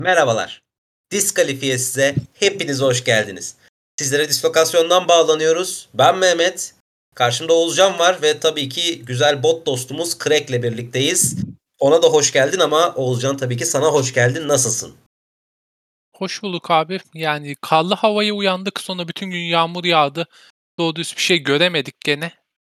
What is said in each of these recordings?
Merhabalar. Diskalifiye size hepiniz hoş geldiniz. Sizlere dislokasyondan bağlanıyoruz. Ben Mehmet. Karşımda Oğuzcan var ve tabii ki güzel bot dostumuz Crack'le birlikteyiz. Ona da hoş geldin ama Oğuzcan tabii ki sana hoş geldin. Nasılsın? Hoş bulduk abi. Yani karlı havaya uyandık, sonra bütün gün yağmur yağdı. Doğru düz bir şey göremedik gene.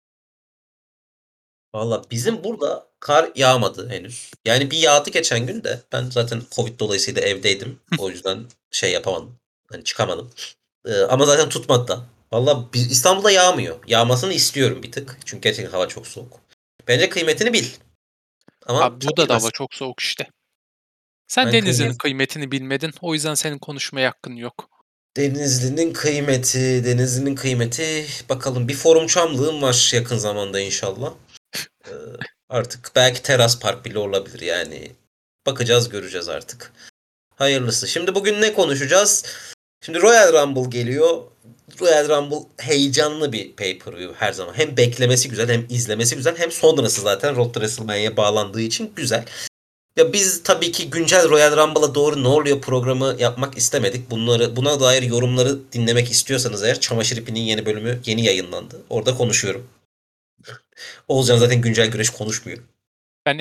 Valla bizim burada kar yağmadı henüz. Yani bir yağdı geçen gün de. Ben zaten Covid dolayısıyla evdeydim. O yüzden şey yapamadım. Hani çıkamadım. Ama zaten tutmadı da. Valla İstanbul'da yağmıyor. Yağmasını istiyorum bir tık. Çünkü gerçekten hava çok soğuk. Bence kıymetini bil. Ama Abi sen burada da hava bilmezsin. çok soğuk işte. Sen Ben Denizli'nin kıymet... kıymetini bilmedin. O yüzden senin konuşmaya hakkın yok. Denizli'nin kıymeti. Bakalım bir forum çamlığım var yakın zamanda inşallah. Ee, Artık belki teras park bile olabilir yani. Bakacağız göreceğiz artık. Hayırlısı. Şimdi bugün ne konuşacağız? Şimdi Royal Rumble geliyor. Royal Rumble heyecanlı bir pay-per-view her zaman. Hem beklemesi güzel hem izlemesi güzel hem sonrası zaten Road to WrestleMania'ya bağlandığı için güzel. Ya biz tabii ki güncel Royal Rumble'a doğru ne oluyor programı yapmak istemedik. Buna dair yorumları dinlemek istiyorsanız eğer Çamaşır İpi'nin yeni bölümü yeni yayınlandı. Orada konuşuyorum. Oğuzcan zaten güncel güreş konuşmuyor. Ben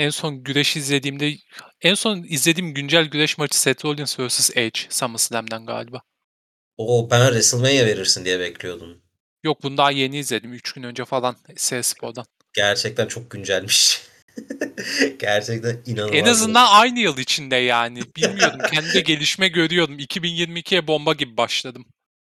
en son izlediğim güncel güreş maçı Seth Rollins vs. Edge SummerSlam'den galiba. O ben WrestleMania verirsin diye bekliyordum. Yok, bunu daha yeni izledim. 3 gün önce falan S-Spor'dan. Gerçekten çok güncelmiş. Gerçekten En inanılmaz. azından aynı yıl içinde yani. Bilmiyordum. Kendimde gelişme görüyordum. 2022'ye bomba gibi başladım.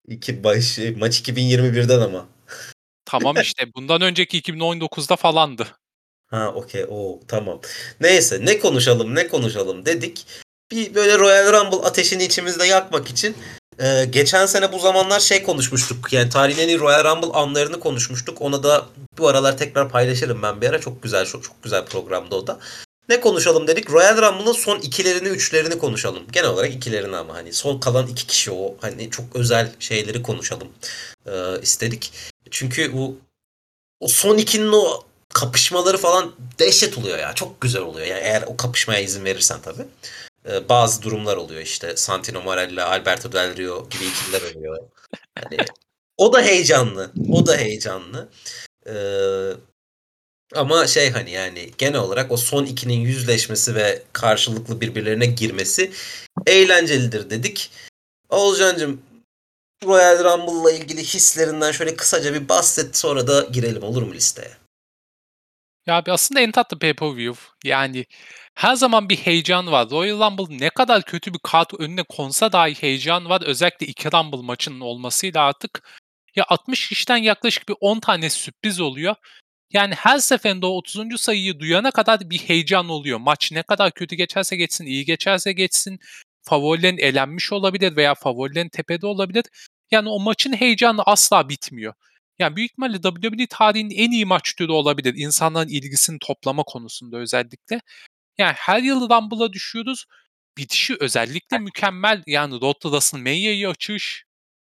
Maç 2021'den ama. Tamam işte. Bundan önceki 2019'da falandı. Ha okey. Oo tamam. Neyse ne konuşalım dedik. Bir böyle Royal Rumble ateşini içimizde yakmak için geçen sene bu zamanlar şey konuşmuştuk. Yani tarihin en iyi Royal Rumble anlarını konuşmuştuk. Ona da bu aralar tekrar paylaşırım ben bir ara. Çok güzel çok güzel programdı o da. Ne konuşalım dedik. Royal Rumble'ın son ikilerini, üçlerini konuşalım. Genel olarak ikilerini ama hani son kalan iki kişi o hani çok özel şeyleri konuşalım istedik. Çünkü o son ikinin o kapışmaları falan dehşet oluyor ya. Çok güzel oluyor. Yani eğer o kapışmaya izin verirsen tabii. Bazı durumlar oluyor işte. Santino Marella, Alberto Del Rio gibi ikililer oluyor. Hani o da heyecanlı. O da heyecanlı. Ee, Ama şey hani yani genel olarak o son ikinin yüzleşmesi ve karşılıklı birbirlerine girmesi eğlencelidir dedik. Oğuzcan'cığım Royal Rumble'la ilgili hislerinden şöyle kısaca bir bahset sonra da girelim olur mu listeye? Ya abi, aslında en tatlı pay-per-view. Yani her zaman bir heyecan var. Royal Rumble ne kadar kötü bir kart önüne konsa dahi heyecan var. Özellikle iki Rumble maçının olmasıyla artık. Ya 60 kişiden yaklaşık bir 10 tane sürpriz oluyor. Yani her seferinde o 30. sayıyı duyana kadar bir heyecan oluyor. Maç ne kadar kötü geçerse geçsin, iyi geçerse geçsin. Favorilerin elenmiş olabilir veya favorilerin tepede olabilir. Yani o maçın heyecanı asla bitmiyor. Yani büyük ihtimalle WWE tarihinin en iyi maç türü olabilir. İnsanların ilgisini toplama konusunda özellikle. Yani her yıl Rumble'a düşüyoruz. Bitişi özellikle mükemmel. Yani Road to WrestleMania'yı açış.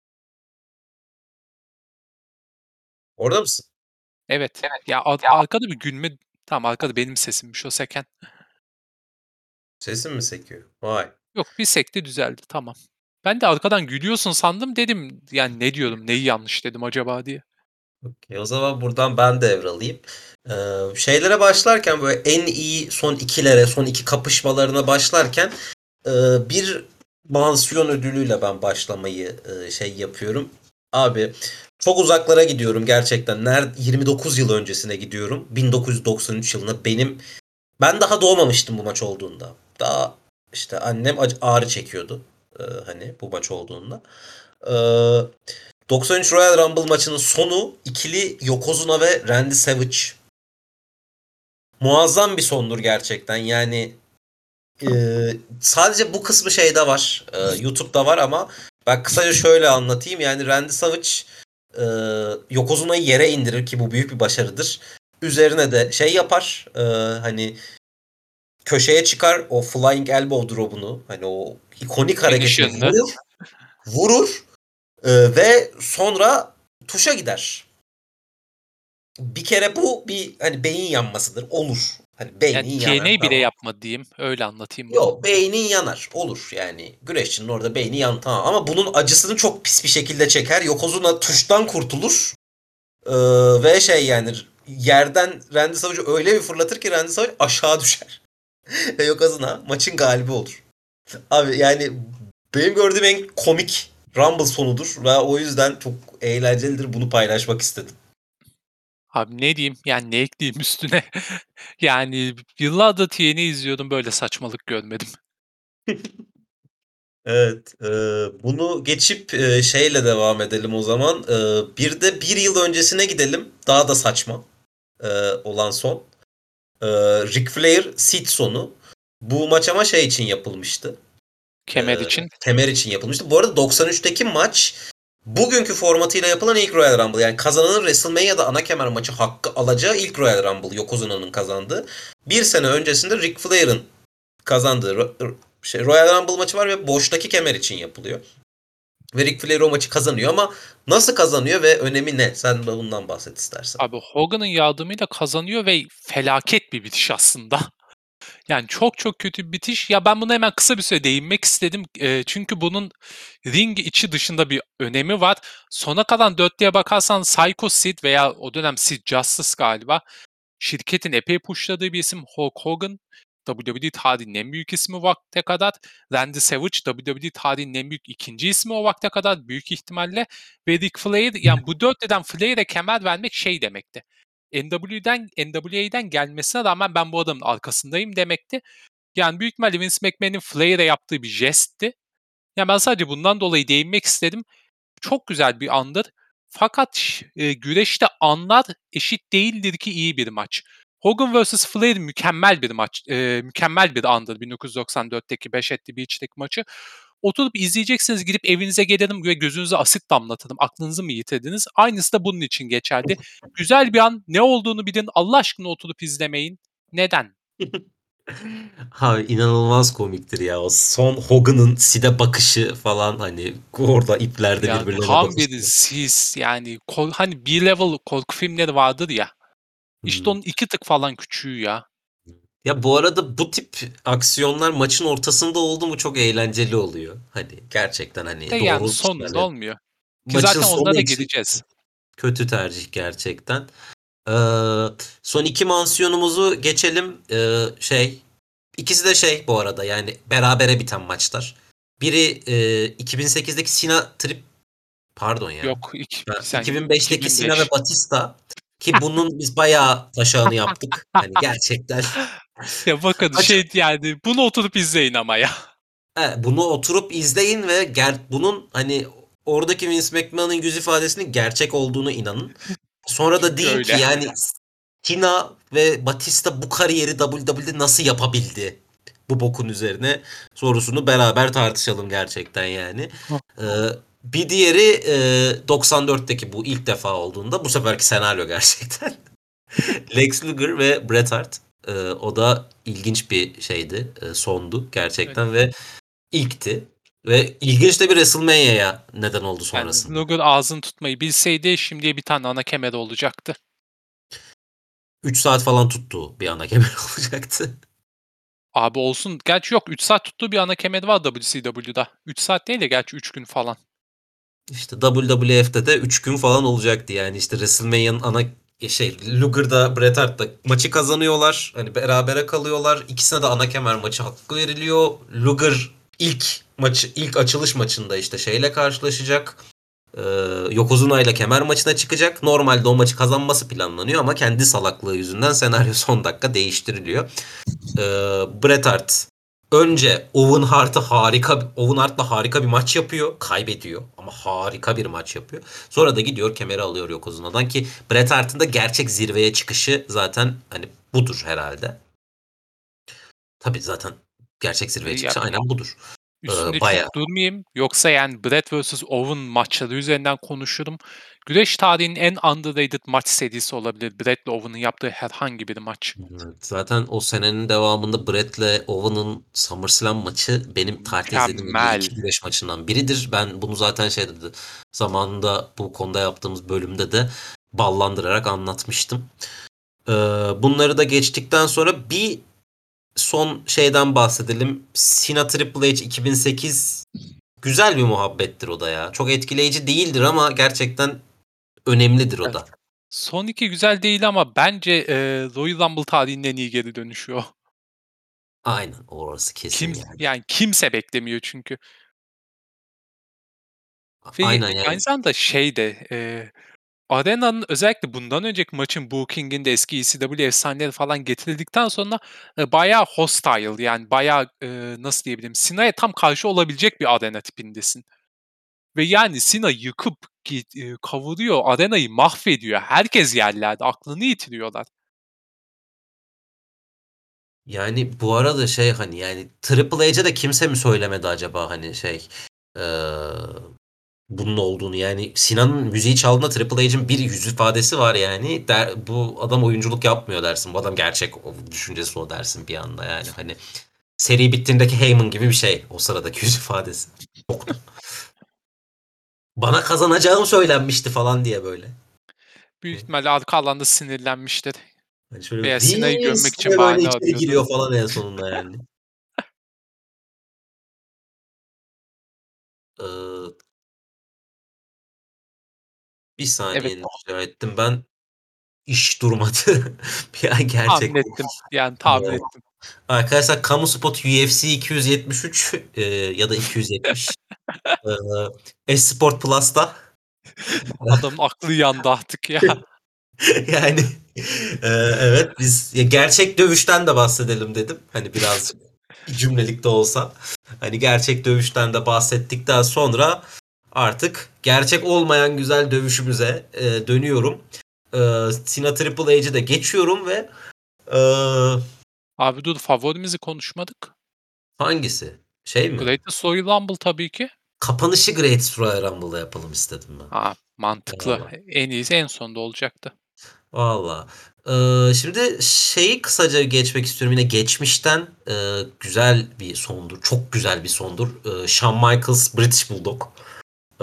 Orada mısın? Evet. Ya arkada bir gülme. Tamam, arkada benim sesimmiş o seken. Sesin mi sekiyor? Vay. Yok, bir sekti, düzeldi, tamam. Ben de arkadan gülüyorsun sandım, dedim yani ne diyorum, neyi yanlış dedim acaba diye. O zaman buradan ben devralayım. Şeylere başlarken böyle en iyi son ikilere, son iki kapışmalarına başlarken e, bir mansiyon ödülüyle ben başlamayı şey yapıyorum. Abi çok uzaklara gidiyorum gerçekten. 29 yıl öncesine gidiyorum. 1993 yılına ben daha doğmamıştım bu maç olduğunda. Daha işte annem ağrı çekiyordu. Hani bu maç olduğunda. Ee, 93 Royal Rumble maçının sonu ikili Yokozuna ve Randy Savage. Muazzam bir sondur gerçekten. Yani e, sadece bu kısmı şeyde var. YouTube'da var ama ben kısaca şöyle anlatayım. Yani Randy Savage e, Yokozuna'yı yere indirir ki bu büyük bir başarıdır. Üzerine de şey yapar. Hani köşeye çıkar o Flying Elbow drop'unu. Hani o ikonik hareketini Finisher'ını. vurur ve sonra tuşa gider. Bir kere bu bir hani beyin yanmasıdır. Olur. Hani Yani beynin yanar, TNA bile tamam. yapmadı diyeyim. Öyle anlatayım bunu. Yok, beynin yanar. Olur yani. Güreşçinin orada beyni yan, tamam. Ama bunun acısını çok pis bir şekilde çeker. Yokozuna tuştan kurtulur. Ee, ve şey yani yerden Randy Savage'ı öyle bir fırlatır ki Randy Savage aşağı düşer. Ve Yokozuna maçın galibi olur. Abi yani benim gördüğüm en komik Rumble sonudur. Ve o yüzden çok eğlencelidir. Bunu paylaşmak istedim. Abi ne diyeyim? Yani ne ekleyeyim üstüne? Yani yıllardır TNA izliyordum. Böyle saçmalık görmedim. Evet, bunu geçip şeyle devam edelim o zaman. Bir de bir yıl öncesine gidelim. Daha da saçma olan son. Ric Flair Sid sonu. Bu maç ama şey için yapılmıştı. Kemer için. Kemer için yapılmıştı. Bu arada 93'teki maç bugünkü formatıyla yapılan ilk Royal Rumble. Yani kazananın WrestleMania'da ana kemer maçı hakkı alacağı ilk Royal Rumble. Yokozuna'nın kazandığı. Bir sene öncesinde Ric Flair'ın kazandığı Royal Rumble maçı var ve boştaki kemer için yapılıyor. Ve Ric Flair o maçı kazanıyor ama nasıl kazanıyor ve önemi ne? Sen de bundan bahset istersen. Abi Hogan'ın yardımıyla kazanıyor ve felaket bir bitiş aslında. Yani çok çok kötü bir bitiş. Ya ben buna hemen kısa bir süre değinmek istedim. Çünkü bunun ring içi dışında bir önemi var. Sona kalan dörtlüye bakarsan Psycho Sid veya o dönem Sid Justice galiba şirketin epey pushladığı bir isim. Hulk Hogan WWE tarihinin en büyük ismi o vakte kadar. Randy Savage WWE tarihinin en büyük ikinci ismi o vakte kadar büyük ihtimalle. Ve Ric Flair, yani bu dörtlüden Flair'e kemer vermek şey demekti. NWA'den gelmesine rağmen ben bu adamın arkasındayım demekti. Yani büyük ihtimalle Vince McMahon'in Flair'e yaptığı bir jestti. Yani ben sadece bundan dolayı değinmek istedim. Çok güzel bir andır. Fakat güreşte anlar eşit değildir ki iyi bir maç. Hogan vs. Flair mükemmel bir maç. Mükemmel bir andır 1994'teki Bash at the Beach'teki maçı. Oturup izleyeceksiniz, gidip evinize gelirim ve gözünüze asit damlatırım. Aklınızı mı yitirdiniz? Aynısı da bunun için geçerli. Güzel bir an, ne olduğunu bilin. Allah aşkına oturup izlemeyin. Neden? Abi inanılmaz komiktir ya. O son Hogan'ın Sid'e bakışı falan, hani orada iplerde Ya birbirlerine tam bir bakışı. sis, yani hani B-level korku filmleri vardır ya. İşte Hmm. onun 2 tık falan küçüğü ya. Ya bu arada bu tip aksiyonlar maçın ortasında oldu mu çok eğlenceli oluyor. Hani gerçekten De hani yani doğru sonunda yani olmuyor. Ki maçın zaten sonu onlara da için geleceğiz. kötü tercih gerçekten. Ee, son iki mansiyonumuzu geçelim. İkisi de şey bu arada, yani berabere biten maçlar. Biri 2008'deki Cena Trip, pardon ya. Yok Ha, sen 2005'teki Cena ve 2005. Batista, ki bunun biz bayağı taşağını yaptık. Hani gerçekten Ya bakın kaç şey, yani bunu oturup izleyin ama ya. bunu oturup izleyin ve bunun hani oradaki Vince McMahon'ın yüz ifadesinin gerçek olduğunu inanın. Sonra da Çünkü deyin ki öyle. yani Tina ve Batista bu kariyeri WWE'de nasıl yapabildi? Bu bokun üzerine sorusunu beraber tartışalım gerçekten yani. Ee, bir diğeri 94'teki bu ilk defa olduğunda, bu seferki senaryo gerçekten. Lex Luger ve Bret Hart. O da ilginç bir şeydi, sondu Evet. gerçekten ve ilkti. Ve ilginç de bir WrestleMania'ya neden oldu Yani sonrasında. Luger ağzını tutmayı bilseydi şimdiye bir tane ana kemeri olacaktı. 3 saat falan tuttu bir ana kemer olacaktı. Abi olsun. Gerçi yok, 3 saat tuttuğu bir ana kemeri var WCW'da. 3 saat değil de gerçi 3 gün falan. İşte WWF'de de 3 gün falan olacaktı yani, işte WrestleMania'nın ana Luger'da Bret Hart'la maçı kazanıyorlar. Hani berabere kalıyorlar. İkisine de ana kemer maçı hakkı veriliyor. Luger ilk açılış maçında işte şeyle karşılaşacak. Ee, Yokozuna ile kemer maçına çıkacak. Normalde o maçı kazanması planlanıyor ama kendi salaklığı yüzünden senaryo son dakika değiştiriliyor. Ee, Bret Hart önce Owen Hart'la harika bir maç yapıyor. Kaybediyor ama harika bir maç yapıyor. Sonra da gidiyor kemeri alıyor Yokozuna'dan, ki Bret Hart'ın da gerçek zirveye çıkışı zaten hani budur herhalde. Tabii zaten gerçek zirveye Ya çıkışı aynen budur. üstünde Baya çok durmayayım. Yoksa yani Brett vs. Owen maçları üzerinden konuşurum. Güreş tarihinin en underrated maç serisi olabilir. Brett'le Owen'ın yaptığı herhangi bir maç. Evet, zaten o senenin devamında Brett'le Owen'ın SummerSlam maçı benim tarihte izlediğim en iyi Mükemmel. iki güreş maçından biridir. Ben bunu zaten zamanında bu konuda yaptığımız bölümde de ballandırarak anlatmıştım. Bunları da geçtikten sonra bir son şeyden bahsedelim. Cena Triple H 2008 güzel bir muhabbettir o da ya. Çok etkileyici değildir ama gerçekten önemlidir o Evet. da. Son 2 güzel değil ama bence, Royal Rumble tarihinin en iyi geri dönüşü o. Aynen, orası kesin yani. Yani kimse beklemiyor çünkü. Ve Aynen aynı yani. zamanda şey de, arenanın özellikle bundan önceki maçın booking'inde eski ECW efsaneleri falan getirildikten sonra, bayağı hostile yani bayağı, nasıl diyebilirim, Cena'ya tam karşı olabilecek bir arena tipindesin. Ve yani Cena yıkıp kavuruyor, arenayı mahvediyor. Herkes yerlerde, aklını yitiriyorlar. Yani bu arada şey hani yani Triple H'e de kimse mi söylemedi acaba hani şey eee, bunun olduğunu yani Sinan'ın müziği çaldığında Triple H'in bir yüz ifadesi var yani bu adam oyunculuk yapmıyor dersin, bu adam gerçek o düşüncesi o dersin bir anda yani hani seri bittiğindeki Heyman gibi bir şey o sıradaki yüz ifadesi yoktu. Bana kazanacağım söylenmişti falan diye böyle. Büyük ihtimalle arka alanda sinirlenmiştir Hani şöyle veya Cena'yı gömmek Vince için diye böyle bahane içeri arıyordur. giriyor falan en sonunda yani. Ee, Bir Evet, saniye rica ettim. Ben iş durmadı. Bir an tahmin gerçekten. ettim. Yani tahmin ettim. Arkadaşlar kamu spot UFC 273 ya da 270 e, Esport Plus'ta. Adamın aklı yandı artık ya. Yani evet biz ya gerçek dövüşten de bahsedelim dedim. Hani birazcık bir cümlelik de olsa. Hani gerçek dövüşten de bahsettikten sonra artık gerçek olmayan güzel dövüşümüze dönüyorum. Cena Triple H'e de geçiyorum ve e, Abi dur, favorimizi konuşmadık. hangisi? Şey mi? Greatest Royal Rumble tabii ki. Kapanışı Great Royal Rumble'da yapalım istedim ben. Ha, mantıklı. Eyvallah. En iyisi en sonda olacaktı. Valla. Şimdi şeyi kısaca geçmek istiyorum. Yine geçmişten güzel bir sondur. Çok güzel bir sondur. Shawn Michaels British Bulldog. Ee,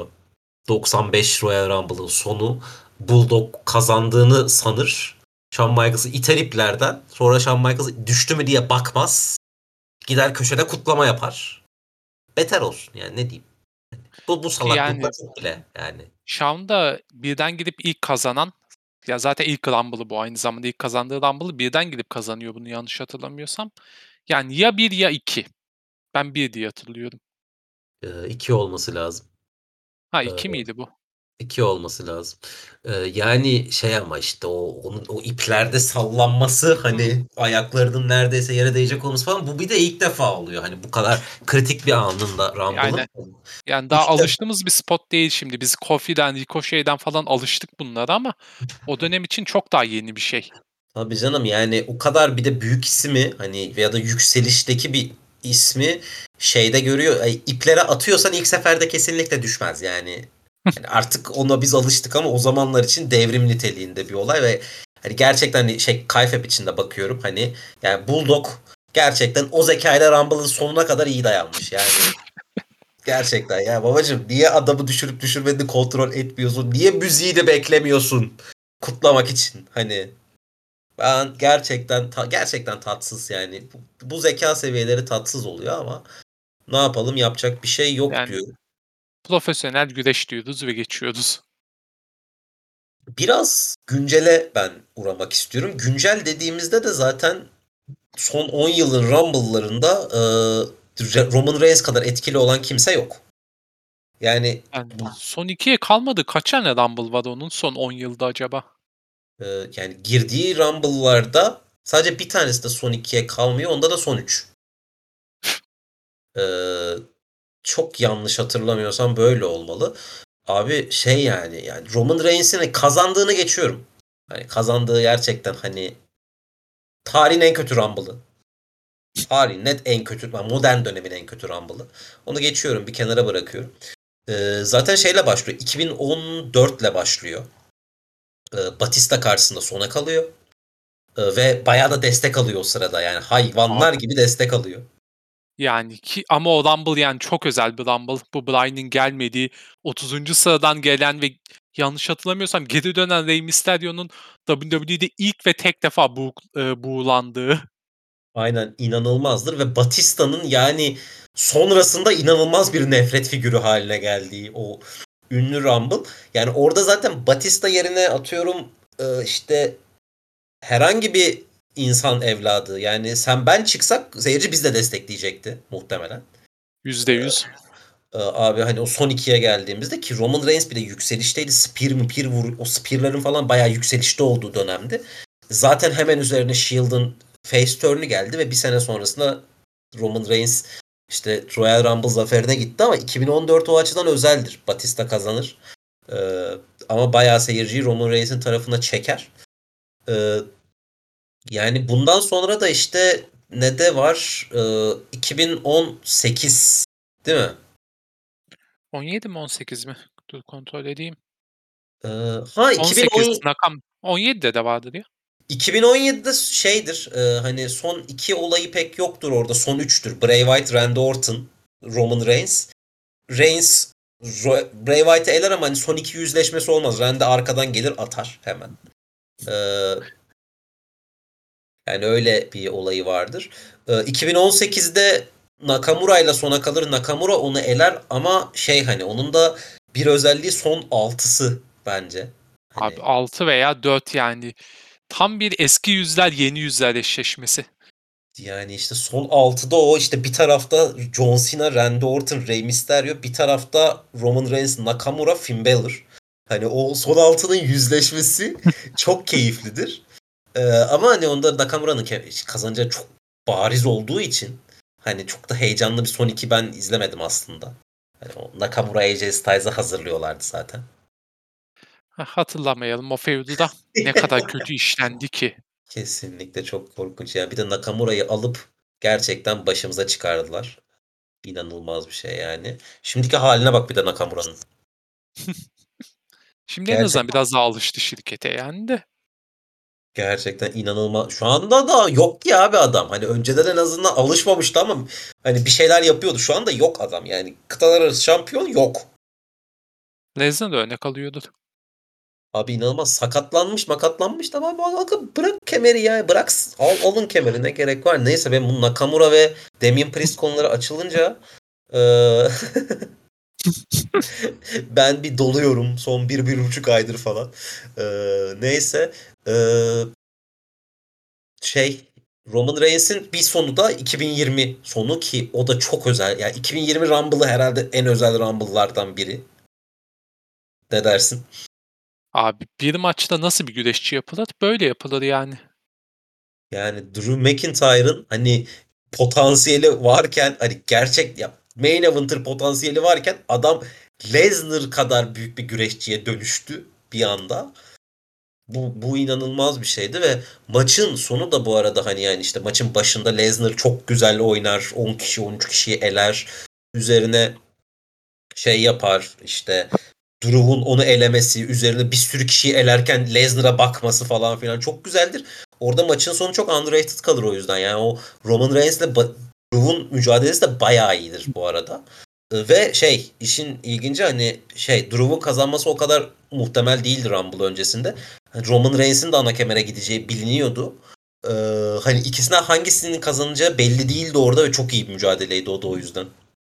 95 Royal Rumble'ın sonu. Bulldog kazandığını sanır. Shawn Michaels'ı iter iplerden. Sonra Shawn Michaels düştü mü diye bakmaz. Gider köşede kutlama yapar. Beter olsun yani ne diyeyim. Bu Ki salaklıkta yani çok bile yani. Shawn'da birden gidip ilk kazanan, ya zaten ilk Rumble'ı bu, aynı zamanda ilk kazandığı Rumble'ı birden gidip kazanıyor bunu yanlış hatırlamıyorsam. Yani ya bir ya 2. Ben bir diye hatırlıyorum. 2 olması lazım. Ha, Ee, 2 miydi bu? 2 olması lazım. Yani şey ama işte onun o iplerde sallanması Hımm. hani ayaklarının neredeyse yere değecek olması falan bu bir de ilk defa oluyor. Hani bu kadar kritik bir anında Yani Rumble'ın. yani daha İlk defa. alıştığımız bir spot değil şimdi. Biz Kofi'den, Ricochet'den falan alıştık bunlara ama o dönem için çok daha yeni bir şey. Tabii canım yani o kadar bir de büyük ismi hani ya da yükselişteki bir ismi şeyde görüyor. İplere atıyorsan ilk seferde kesinlikle düşmez yani. Yani artık ona biz alıştık ama o zamanlar için devrim niteliğinde bir olay ve hani gerçekten hani şey Kayfep içinde bakıyorum hani yani Bulldog gerçekten o zekayla Rumble'ın sonuna kadar iyi dayanmış yani. Gerçekten ya babacım niye adamı düşürüp düşürmediğini kontrol etmiyorsun? Niye müziği de beklemiyorsun kutlamak için hani ben gerçekten gerçekten tatsız yani. Bu zeka seviyeleri tatsız oluyor ama ne yapalım yapacak bir şey yok Yani diyor. profesyonel güreş diyoruz ve geçiyoruz. Biraz güncele ben uğramak istiyorum. Güncel dediğimizde de zaten son 10 yılın Rumble'larında Roman Reigns kadar etkili olan kimse yok. Yani Yani son 2'ye kalmadı. Kaç tane Rumble var onun son 10 yılda acaba? yani girdiği Rumble'larda sadece bir tanesi de son 2'ye kalmıyor. Onda da son 3. Çok yanlış hatırlamıyorsam böyle olmalı. Abi şey yani Roman Reigns'in kazandığını geçiyorum. Hani kazandığı gerçekten hani tarihin en kötü Rumble'ı. Tarihin net en kötü, yani modern dönemin en kötü Rumble'ı. Onu geçiyorum, bir kenara bırakıyorum. Zaten şeyle başlıyor. 2014 ile başlıyor. Batista karşısında sona kalıyor. Ve bayağı da destek alıyor o sırada. Yani hayvanlar Abi gibi destek alıyor. yani ki ama o Rumble yani çok özel bir Rumble. Bu Bryan'in gelmediği 30. sıradan gelen ve yanlış hatırlamıyorsam geri dönen Rey Mysterio'nun WWE'de ilk ve tek defa buğulandığı. Aynen inanılmazdır ve Batista'nın yani sonrasında inanılmaz bir nefret figürü haline geldiği o ünlü Rumble. Yani orada zaten Batista yerine atıyorum işte herhangi bir insan evladı yani sen ben çıksak seyirci biz de destekleyecekti muhtemelen. %100. Abi hani o son ikiye geldiğimizde ki Roman Reigns bile yükselişteydi. O spear'ların falan bayağı yükselişte olduğu dönemdi. Zaten hemen üzerine Shield'ın face turn'ü geldi ve bir sene sonrasında Roman Reigns işte Royal Rumble zaferine gitti ama 2014 o açıdan özeldir. Batista kazanır. Ee, ama bayağı seyirciyi Roman Reigns'in tarafına çeker. Ee, yani bundan sonra da işte ne de var? 2018 değil mi? 17 mi 18 mi? Dur kontrol edeyim. Ee, ha 18 2010 Nakam 17'de de vardır ya. 2017'de şeydir hani son iki olayı pek yoktur orada son üçtür. Bray Wyatt, Randy Orton, Roman Reigns. Reigns Bray Wyatt'ı eler ama hani son iki yüzleşmesi olmaz. Randy arkadan gelir atar hemen. Ee, yani öyle bir olayı vardır. 2018'de Nakamura ile sona kalır. Nakamura onu eler ama şey hani onun da bir özelliği son altısı bence. Abi Hani 6 veya 4 yani. Tam bir eski yüzler yeni yüzler eşleşmesi. yani işte son altıda o işte bir tarafta John Cena, Randy Orton, Rey Mysterio, bir tarafta Roman Reigns, Nakamura, Finn Balor. Hani o son altının yüzleşmesi çok keyiflidir. Ama hani onda Nakamura'nın kazanacağı çok bariz olduğu için hani çok da heyecanlı bir son iki ben izlemedim aslında. Hani o Nakamura AJ Styles'ı hazırlıyorlardı zaten. Hatırlamayalım o feud'u da. Ne kadar kötü işlendi ki. Kesinlikle çok korkunç ya. Bir de Nakamura'yı alıp gerçekten başımıza çıkardılar. İnanılmaz bir şey yani. Şimdiki haline bak bir de Nakamura'nın. Şimdi en azından Gerçekten biraz daha alıştı şirkete yani de. gerçekten inanılmaz. Şu anda da yok ki abi adam. Hani önceden en azından alışmamıştı ama hani bir şeyler yapıyordu. Şu anda yok adam. Yani kıtalar arası şampiyon yok. Lesnar da örnek alıyordu. Abi inanılmaz sakatlanmış makatlanmış tamam abi bırak kemeri ya bırak alın kemeri ne gerek var. Neyse ben bu Nakamura ve Damian Priest konuları açılınca eee, ben bir doluyorum son bir buçuk aydır falan. Neyse eee, şey Roman Reigns'in bir sonu da 2020 sonu ki o da çok özel. Yani 2020 Rumble'ı herhalde en özel Rumble'lardan biri. Ne dersin? Abi bir maçta nasıl bir güreşçi yapılır? Böyle yapılır yani. Yani Drew McIntyre'ın hani potansiyeli varken hani gerçek ya main eventer potansiyeli varken adam Lesnar kadar büyük bir güreşçiye dönüştü bir anda. Bu inanılmaz bir şeydi ve maçın sonu da bu arada hani yani işte maçın başında Lesnar çok güzel oynar. 10 kişi 13 kişiyi eler. Üzerine şey yapar işte Drew'un onu elemesi, üzerine bir sürü kişiyi elerken Lesnar'a bakması falan filan çok güzeldir. Orada maçın sonu çok underrated kalır o yüzden. Yani o Roman Reigns'le Drew'un mücadelesi de bayağı iyidir bu arada. Ve şey işin ilginci hani şey Drew'un kazanması o kadar muhtemel değildi Rumble öncesinde. Hani Roman Reigns'in de ana kemere gideceği biliniyordu. Ee, hani ikisinden hangisinin kazanacağı belli değildi orada ve çok iyi bir mücadeleydi o da o yüzden.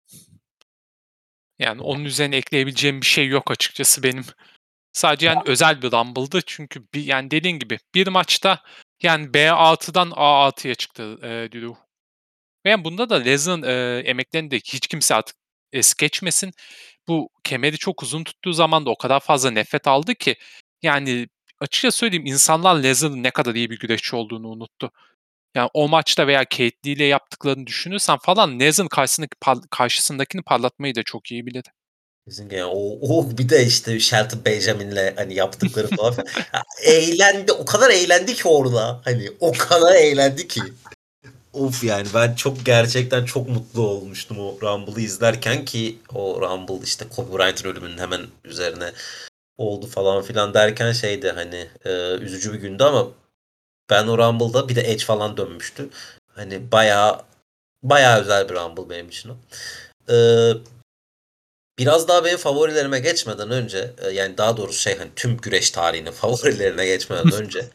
Yani onun üzerine ekleyebileceğim bir şey yok açıkçası benim. Sadece yani özel bir Rumble'dı çünkü yani dediğin gibi bir maçta yani B6'dan A6'ya çıktı Drew. Ve yani bunda da Lesnar'ın emeklerini de hiç kimse artık es geçmesin. Bu kemeri çok uzun tuttuğu zaman da o kadar fazla nefret aldı ki yani açıkça söyleyeyim insanlar Lesnar'ın ne kadar iyi bir güreşçi olduğunu unuttu. Yani o maçta veya Kate Lee ile yaptıklarını düşünürsen falan Lesnar karşısındakini parlatmayı da çok iyi bilir. Kesinlikle yani o bir de işte Shelton Benjamin'le hani yaptıkları falan filan. Ya eğlendi o kadar eğlendi ki orada. Hani o kadar eğlendi ki. Of yani ben çok gerçekten çok mutlu olmuştum o Rumble'ı izlerken ki o Rumble işte Kobe Bryant'ın ölümünün hemen üzerine oldu falan filan derken şeydi hani üzücü bir gündü ama ben o Rumble'da bir de Edge falan dönmüştü. Hani bayağı bayağı özel bir Rumble benim için o. E, Biraz daha benim favorilerime geçmeden önce yani daha doğrusu hani tüm güreş tarihinin favorilerine geçmeden önce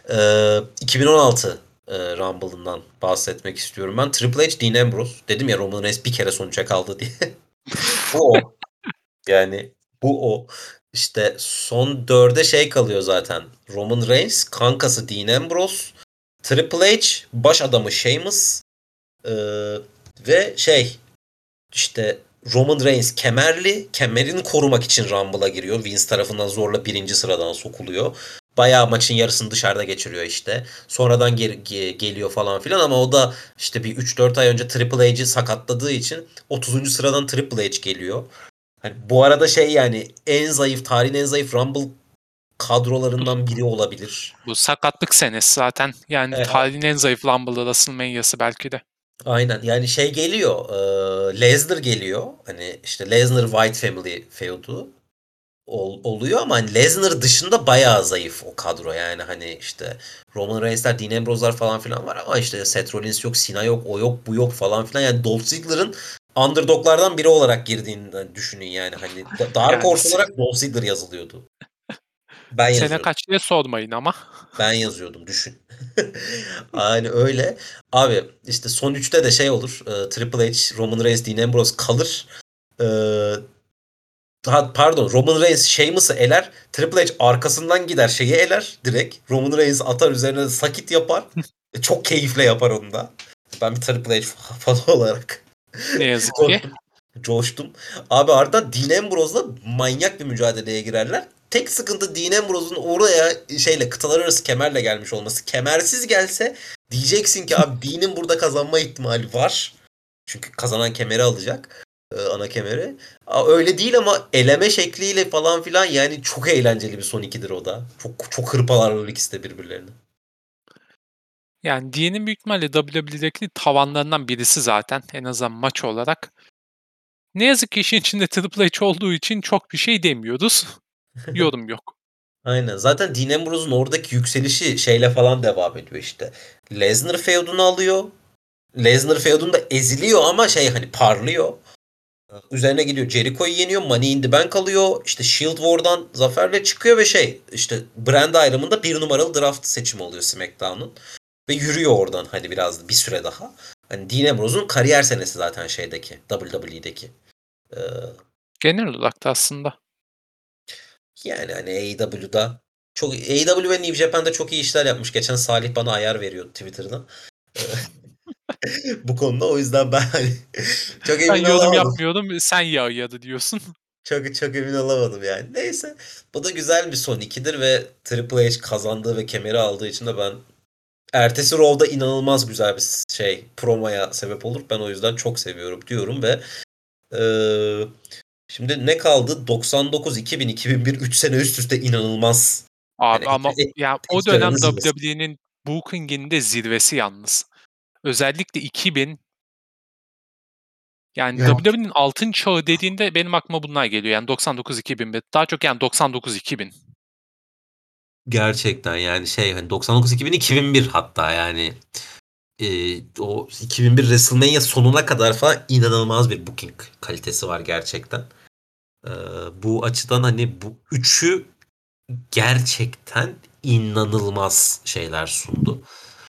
2016 Rumble'ından bahsetmek istiyorum ben. Triple H, Dean Ambrose. Dedim ya Roman Reigns bir kere sonuca kaldı diye. Bu o. Yani bu o. İşte son dörde kalıyor zaten. Roman Reigns, kankası Dean Ambrose, Triple H, baş adamı Sheamus e, ve işte Roman Reigns kemerini korumak için Rumble'a giriyor. Vince tarafından zorla birinci sıradan sokuluyor. Bayağı maçın yarısını dışarıda geçiriyor işte. Sonradan geliyor falan filan ama o da işte bir 3-4 ay önce Triple H'yi sakatladığı için 30. sıradan Triple H geliyor. Hani bu arada yani tarihin en zayıf Rumble kadrolarından biri olabilir. Bu sakatlık senesi zaten. Yani E, tarihin en zayıf Rumble'da WrestleMania'sı belki de. aynen yani geliyor. Lesnar geliyor. Hani işte Lesnar White Family feud'u. Oluyor ama hani Lesnar dışında bayağı zayıf o kadro. Yani hani işte Roman Reigns'ler, Dean Ambrose'lar falan filan var ama işte Seth Rollins yok, Cena yok, o yok, bu yok falan filan. Yani Dolph Ziggler'ın underdoglardan biri olarak girdiğini düşünün yani. Hani Dark Yani Horse olarak Dolph Ziggler yazılıyordu. Ben sene yazıyordum. kaç diye sormayın ama. Ben yazıyordum düşün. Aynen öyle. Abi işte son üçte de olur. Triple H, Roman Reigns, Dean Ambrose kalır. E, pardon, Roman Reigns Sheamus'ı eler. Triple H arkasından gider eler direkt. Roman Reigns atar üzerine sakit yapar. Çok keyifle yapar onu da. Ben bir Triple H fanı olarak Ne yazık ki. coştum. Coştum. Abi ardından Dean Ambrose'la manyak bir mücadeleye girerler. Tek sıkıntı Dean Ambrose'un oraya kıtalar arası kemerle gelmiş olması. Kemersiz gelse diyeceksin ki abi Dean'in burada kazanma ihtimali var. Çünkü kazanan kemeri alacak. Ana kemeri. Öyle değil ama eleme şekliyle falan filan yani çok eğlenceli bir son ikidir o da. Çok çok hırpalarlar ikisi de birbirlerini. Yani Dean'in büyük ihtimalle WWE'deki tavanlarından birisi zaten. En azından maç olarak. Ne yazık ki işin içinde Triple H olduğu için çok bir şey demiyoruz. Yorum yok. Aynen. Zaten Dean Ambrose'un oradaki yükselişi falan devam ediyor işte. Lesnar feudunu alıyor. Lesnar feudunda eziliyor ama hani parlıyor. Üzerine gidiyor Jericho'yu yeniyor. Money in the Bank alıyor. İşte Shield War'dan zaferle çıkıyor ve işte brand ayrımında bir numaralı draft seçimi oluyor SmackDown'un. Ve yürüyor oradan hani biraz bir süre daha. Hani Dean Ambrose'un kariyer senesi zaten WWE'deki. Ee, Genel olarak da aslında. yani hani AEW'da AEW ve New Japan'da çok iyi işler yapmış. Geçen Salih bana ayar veriyor Twitter'dan. Ee, bu konuda o yüzden ben hani çok Ben emin yorum olamadım. yapmıyordum. Sen yağıyordu diyorsun. Çok çok emin olamadım yani. Neyse. Bu da güzel bir son ikidir ve Triple H kazandığı ve kemeri aldığı için de ben ertesi Raw'da inanılmaz güzel bir promoya sebep olur. Ben o yüzden çok seviyorum diyorum ve eee, şimdi ne kaldı? 99, 2000, 2001 3 sene üst üste inanılmaz. Yani Abi ama ya o dönem ekranın zirvesi. WWE'nin booking'inde zirvesi yalnız. Özellikle 2000 yani Yani WWE'nin altın çağı dediğinde benim aklıma bunlar geliyor. Yani 99-2001. Daha çok yani 99-2000. gerçekten yani hani 99, 2000, 2001 hatta yani o 2001 WrestleMania sonuna kadar falan inanılmaz bir booking kalitesi var gerçekten. Ee, bu açıdan hani bu üçü gerçekten inanılmaz şeyler sundu.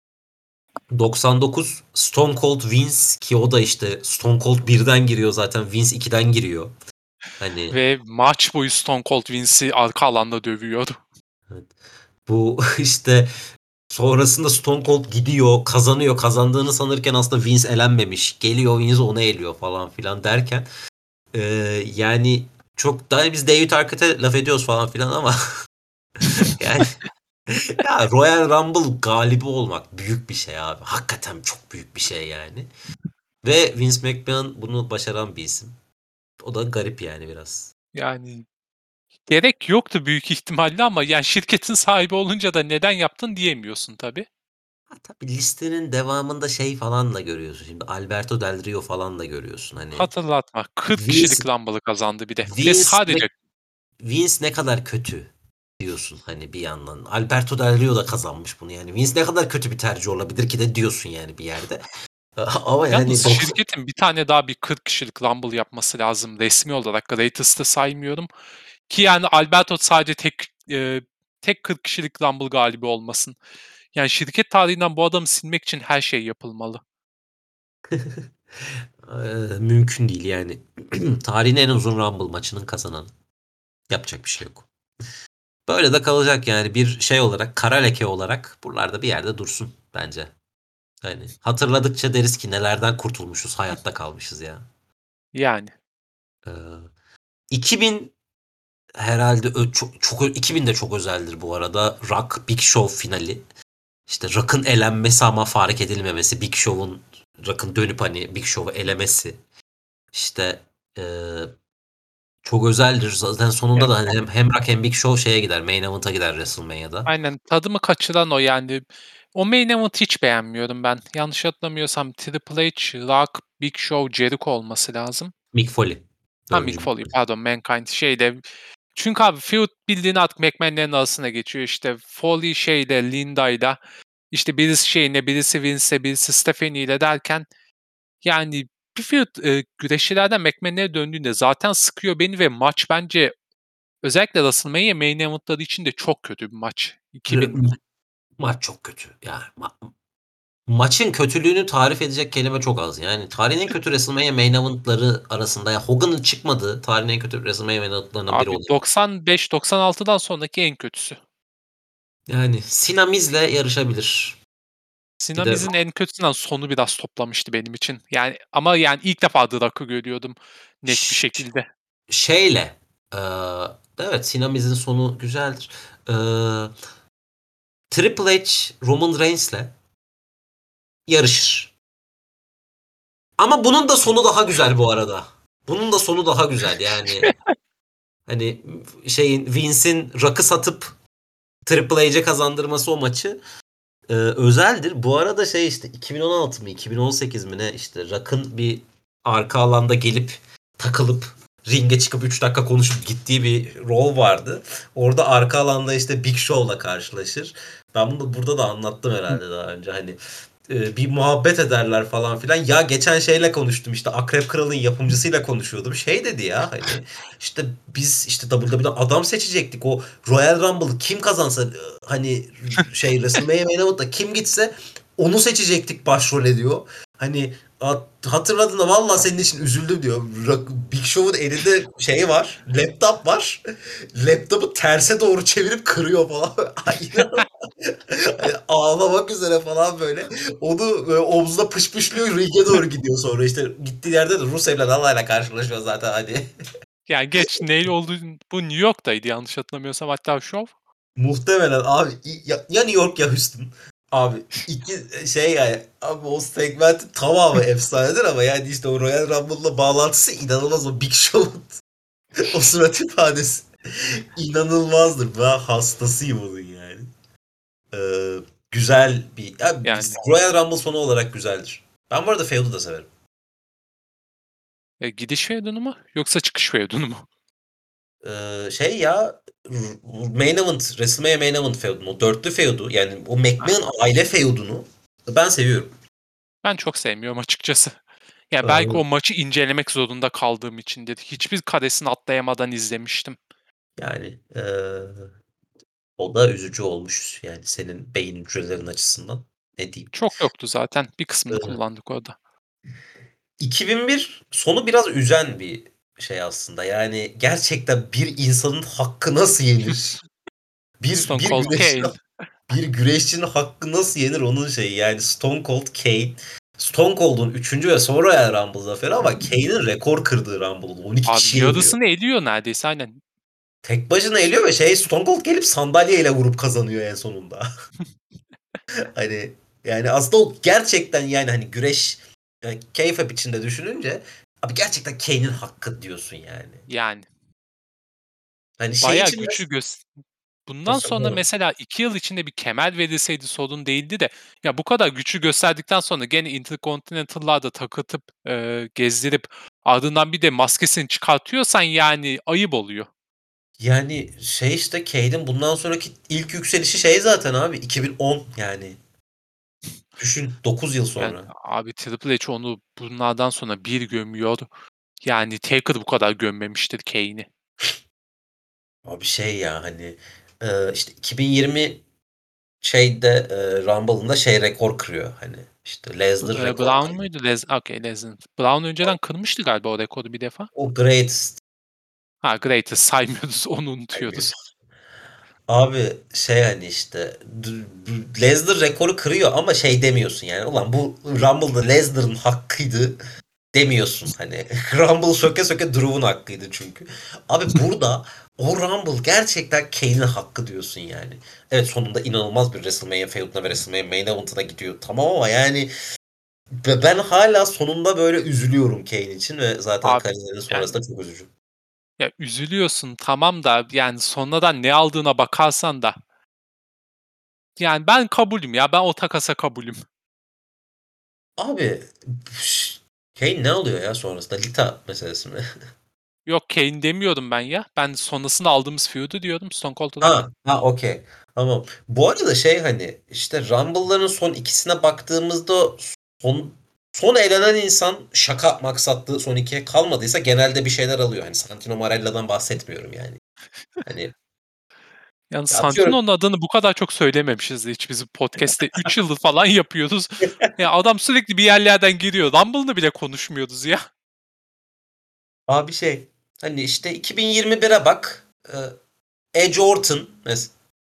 99 Stone Cold Vince ki o da işte Stone Cold birden giriyor zaten Vince 2'den giriyor. Hani Ve maç boyu Stone Cold Vince'i arka alanda dövüyordu. evet, bu işte sonrasında Stone Cold gidiyor, kazanıyor. Kazandığını sanırken aslında Vince elenmemiş. Geliyor Vince onu eliyor falan filan derken e, yani çok daha biz David Arquette'e laf ediyoruz falan filan ama yani ya Royal Rumble galibi olmak büyük bir şey abi. Hakikaten çok büyük bir şey yani. Ve Vince McMahon bunu başaran bir isim. O da garip yani biraz. Yani gerek yoktu büyük ihtimalle ama yani şirketin sahibi olunca da neden yaptın diyemiyorsun tabii. Ha, tabii listenin devamında falan da görüyorsun. Şimdi Alberto Del Rio falan da görüyorsun. Hani Hatırlatma. 40 Vince kişilik Rumble'ı kazandı bir de. Bir de Vince ne, sadece Vince ne kadar kötü diyorsun hani bir yandan. Alberto Del Rio da kazanmış bunu yani. Vince ne kadar kötü bir tercih olabilir ki de diyorsun yani bir yerde. Ama yani Yalnız şirketin bir tane daha bir 40 kişilik Rumble yapması lazım resmi olarak. Greatest'ı saymıyorum. Ki yani Alberto sadece tek 40 kişilik Rumble galibi olmasın. Yani şirket tarihinden bu adamı silmek için her şey yapılmalı. Mümkün değil yani. Tarihin en uzun Rumble maçının kazananı. Yapacak bir şey yok. Böyle de kalacak yani bir şey olarak, kara leke olarak buralarda bir yerde dursun bence. Hani hatırladıkça deriz ki nelerden kurtulmuşuz, hayatta kalmışız ya. Yani. Ee, 2000 herhalde çok 2000 de çok özeldir bu arada. Rock Big Show finali. İşte Rock'ın elenmesi ama fark edilmemesi. Rock'ın dönüp hani Big Show'u elemesi. İşte çok özeldir. Zaten Ya, sonunda da hani hem Rock hem Big Show şeye gider. Main Event'a gider WrestleMania'da. aynen tadımı kaçıran o yani. O main event hiç beğenmiyorum ben. Yanlış hatırlamıyorsam Triple H, Rock, Big Show, Jericho olması lazım. Mick Foley. Ha, Mick Dördüncü Mick Foley Foley. pardon, Mankind şeyde. Çünkü abi feud bildiğin artık McMahon'lerin arasına geçiyor. İşte Foley şeyde Linda'yla işte birisi şeyine, birisi Vince'e, birisi Stephanie ile derken yani bir feud güreşçilerden McMahon'lere döndüğünde zaten sıkıyor beni ve maç bence özellikle WrestleMania main event'ları için de çok kötü bir maç. R- 2000 Maç çok kötü. Yani maçın kötülüğünü tarif edecek kelime çok az. Yani tarihin en kötü WrestleMania main event'ları arasında ya Hogan'ın çıkmadığı tarihin en kötü WrestleMania main event'larından biri abi olabilir. 95-96'dan sonraki en kötüsü. Yani Sinamiz'le yarışabilir. Bir de Sinamiz'in en kötüsünden sonu biraz toplamıştı benim için. Yani ama yani ilk defa The Rock'ı görüyordum net bir ş- şekilde. şeyle evet Sinamiz'in sonu güzeldir. Eee, Triple H Roman Reigns'le yarışır. Ama bunun da sonu daha güzel bu arada. Bunun da sonu daha güzel yani. Hani Vince'in Rock'ı satıp Triple H'e kazandırması o maçı özeldir. Bu arada işte 2016 mı 2018 mi ne işte Rock'ın bir arka alanda gelip takılıp ringe çıkıp 3 dakika konuşup gittiği bir rol vardı. Orada arka alanda işte Big Show'la karşılaşır. Ben bunu burada da anlattım herhalde daha önce. Hani bir muhabbet ederler falan filan. Ya geçen şeyle konuştum işte Akrep Kral'ın yapımcısıyla konuşuyordum. Şey dedi ya hani işte biz işte WWE'den adam seçecektik. O Royal Rumble'ı kim kazansa hani WrestleMania Main Event'ta kim gitse onu seçecektik başrole diyor. Hani hatırladığında valla senin için üzüldüm diyor. Big Show'un elinde var. Laptop var. Laptopu terse doğru çevirip kırıyor falan. Aynen. Hani ağlamak üzere falan böyle. Onu böyle omzuna pışpışlıyor ringe doğru gidiyor sonra. İşte gittiği yerde de Rusev'le Lala'yla karşılaşıyor zaten hani. Yani geç neyle olduğu bu New York'taydı yanlış hatırlamıyorsam hatta Show. Muhtemelen abi ya New York ya Houston. Abi iki yani abi o segmentin tamamı efsanedir ama yani işte o Royal Rumble'la bağlantısı inanılmaz o Big Show'un o surat ifadesi inanılmazdır. Ben hastasıyım onun yani. Ee, güzel bir Yani Royal Rumble sonu olarak güzeldir. Ben bu arada Feud'u da severim. gidiş feudunu mu yoksa çıkış feudunu mu? Ya Main Event, WrestleMania Main Event feudunu, o dörtlü feudu yani o McMahon aile feudunu ben seviyorum. Ben çok sevmiyorum açıkçası. Ya belki Ee, o maçı incelemek zorunda kaldığım içindir. Hiçbir karesini atlayamadan izlemiştim. yani o da üzücü olmuş yani senin beyin hücrelerin açısından. Ne diyeyim? Çok yoktu zaten. Bir kısmını Ee, kullandık orada. 2001 sonu biraz üzen bir şey aslında. Yani gerçekten bir insanın hakkı nasıl yenir? Bir Stone bir Cold güreşçinin Kane. bir güreşçinin hakkı nasıl yenir onun şeyi. Yani Stone Cold Kane. Stone Cold'un 3. ve sonra Royal Rumble zaferi ama Kane'in rekor kırdığı Rumble'ın 12 Abi kişi yeniyor. yarısını eliyor neredeyse aynen. Tek başına eliyor ve Stone Cold gelip sandalyeyle vurup kazanıyor en sonunda. Hani yani aslında o gerçekten yani hani güreş yani keyfe içinde düşününce abi gerçekten Kane'in hakkı diyorsun yani. Yani Hani bayağı için güçlü bundan sonra mesela mesela 2 yıl içinde bir kemer verilseydi sorun değildi de ya bu kadar güçlü gösterdikten sonra gene Intercontinental'larda takıtıp, gezdirip ardından bir de maskesini çıkartıyorsan yani ayıp oluyor. yani işte Kane'in bundan sonraki ilk yükselişi zaten abi 2010 yani. Düşün 9 yıl Yani sonra. abi Triple H onu bunlardan sonra bir gömüyor. Yani Taker bu kadar gömmemiştir Kane'i. Abi şey ya hani işte 2020 Rumble'ında rekor kırıyor hani işte Lesnar rekor Brown kırıyor. muydu? Okay, Lesnar. Brown önceden kırmıştı galiba o rekoru bir defa. O greatest Ha, Greatest saymıyoruz, onu unutuyoruz. saymıyoruz. Abi şey hani işte Lesnar rekoru kırıyor ama şey demiyorsun yani. Ulan bu Rumble'da Lesnar'ın hakkıydı demiyorsun. Hani Rumble söke söke Drew'un hakkıydı çünkü. Abi burada o Rumble gerçekten Kane'in hakkı diyorsun yani. Evet sonunda inanılmaz bir WrestleMania feud'una ve WrestleMania main event'ına gidiyor. Tamam ama yani ben hala sonunda böyle üzülüyorum Kane için ve zaten Abi kariyerinin yani sonrasında çok üzücü. ya üzülüyorsun tamam da yani sonradan ne aldığına bakarsan da yani ben kabulüm ya, ben o takasa kabulüm. Abi Kane ne alıyor ya sonrasında? Lita meselesi mi? Yok, Kane demiyordum ben ya. Ben sonrasında aldığımız feud'u diyordum, Stone Cold Rock. Ha okey. Tamam. Bu arada şey hani işte Rumble'ların son ikisine baktığımızda son son elenen insan şaka maksatlı son ikiye kalmadıysa genelde bir şeyler alıyor. Hani Santino Marella'dan bahsetmiyorum yani. Hani Yani ya atıyorum Santino'nun adını bu kadar çok söylememişiz hiç bizim podcast'te. 3 yıldır falan yapıyoruz. Ya adam sürekli bir yerlerden giriyor. Rumble'ını bile konuşmuyoruz ya. abi şey hani işte 2021'e bak. Edge Orton mesela.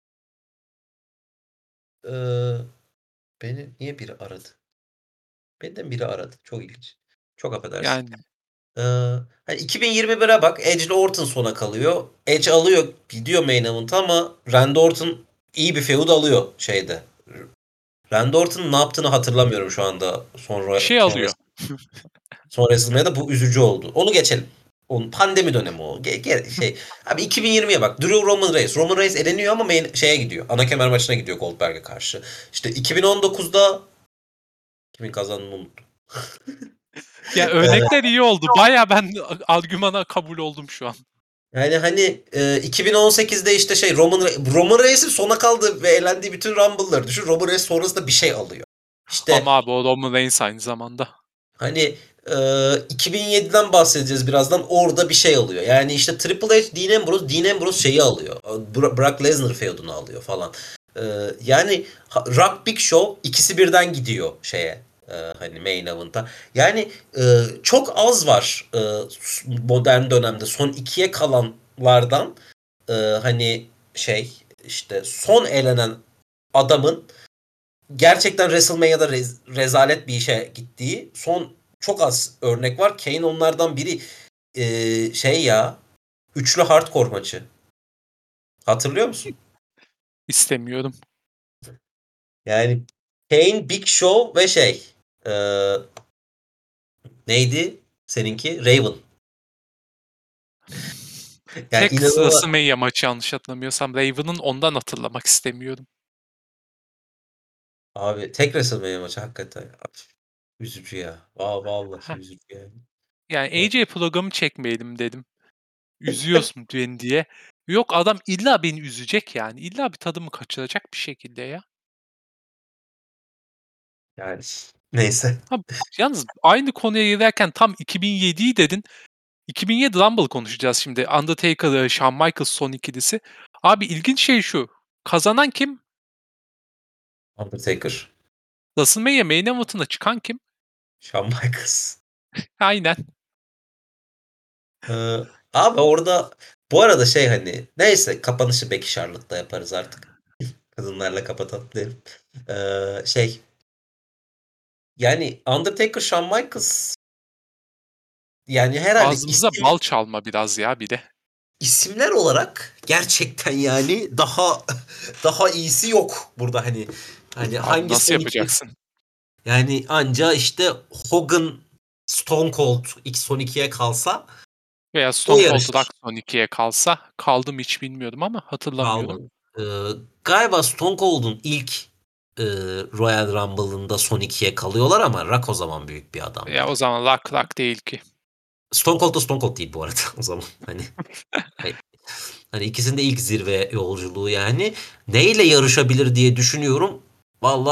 Beni niye biri aradı? Beni de biri aradı. Çok ilginç. Çok affedersin. Yani Ee, hani 2021'e bak. Edge ile Orton sona kalıyor. Edge alıyor. Gidiyor main event ama Randy Orton iyi bir feud alıyor şeyde. Randy Orton'un ne yaptığını hatırlamıyorum şu anda. bir şey alıyor. Son WrestleMania'da bu üzücü oldu. Onu geçelim. Onun pandemi dönemi o. Abi 2020'ye bak. Drew Roman Reigns. Roman Reigns eleniyor ama şeye gidiyor. Ana kemer maçına gidiyor Goldberg'e karşı. İşte 2019'da kimin kazandığını unuttum. Ya örnekler iyi oldu. Baya ben argümana kabul oldum şu an. Yani hani 2018'de işte Roman Reigns'in sona kaldığı ve eğlendiği bütün Rumble'ları düşün. Roman Reigns sonrasında bir şey alıyor. İşte Ama abi o Roman Reigns aynı zamanda. hani 2007'den bahsedeceğiz birazdan. Orada bir şey alıyor. Yani işte Triple H, Dean Ambrose şeyi alıyor. Brock Lesnar feudunu alıyor falan. E, yani Rock Big Show ikisi birden gidiyor hani main event'a. Yani çok az var modern dönemde son ikiye kalanlardan hani işte son elenen adamın gerçekten WrestleMania'da rezalet bir işe gittiği son çok az örnek var. Kane onlardan biri. Ya üçlü hardcore maçı. Hatırlıyor musun? İstemiyorum. Yani Kane, Big Show ve e, neydi seninki? Raven. Yani Tek inanılmaz. WrestleMania maçı yanlış hatırlamıyorsam. Raven'ın, ondan hatırlamak istemiyorum. Abi tek WrestleMania maçı hakikaten. Abi, üzücü ya. Vallahi Heh. üzücü yani. Yani Evet. AJ programı çekmeyelim dedim. Üzüyorsun beni diye. Yok, adam illa beni üzecek yani. İlla bir tadımı kaçıracak bir şekilde ya. Yani neyse. Ha, yalnız aynı konuya girerken tam 2007'yi dedin. 2007 Rumble konuşacağız şimdi. Undertaker, Shawn Michaels son ikilisi. Abi ilginç şey şu. Kazanan kim? Undertaker. WrestleMania Main Event'ına çıkan kim? Shawn Michaels. Aynen. Ee, abi orada bu arada hani neyse kapanışı Becky Charlotte'da yaparız artık. Kadınlarla kapatalım derim. Ee, şey yani Undertaker Shawn Michaels yani herhalde Ağzımıza bal çalma biraz ya bir de. isimler olarak gerçekten yani daha iyisi yok burada hani Abi hangi nasıl son iki yapacaksın? yani anca işte Hogan Stone Cold ilk son ikiye kalsa Veya o Stone Cold Rock yarışır. son ikiye kalsa, kaldım hiç bilmiyordum ama hatırlamıyorum. Kalmadı. Galiba Stone Cold'un ilk Royal Rumble'ında son ikiye kalıyorlar ama Rock o zaman büyük bir adam Ya o değil. zaman Rock değil ki. Stone Cold da Stone Cold değil bu arada o zaman. Hani, hani ikisinin de ilk zirve yolculuğu yani. Neyle yarışabilir diye düşünüyorum. Valla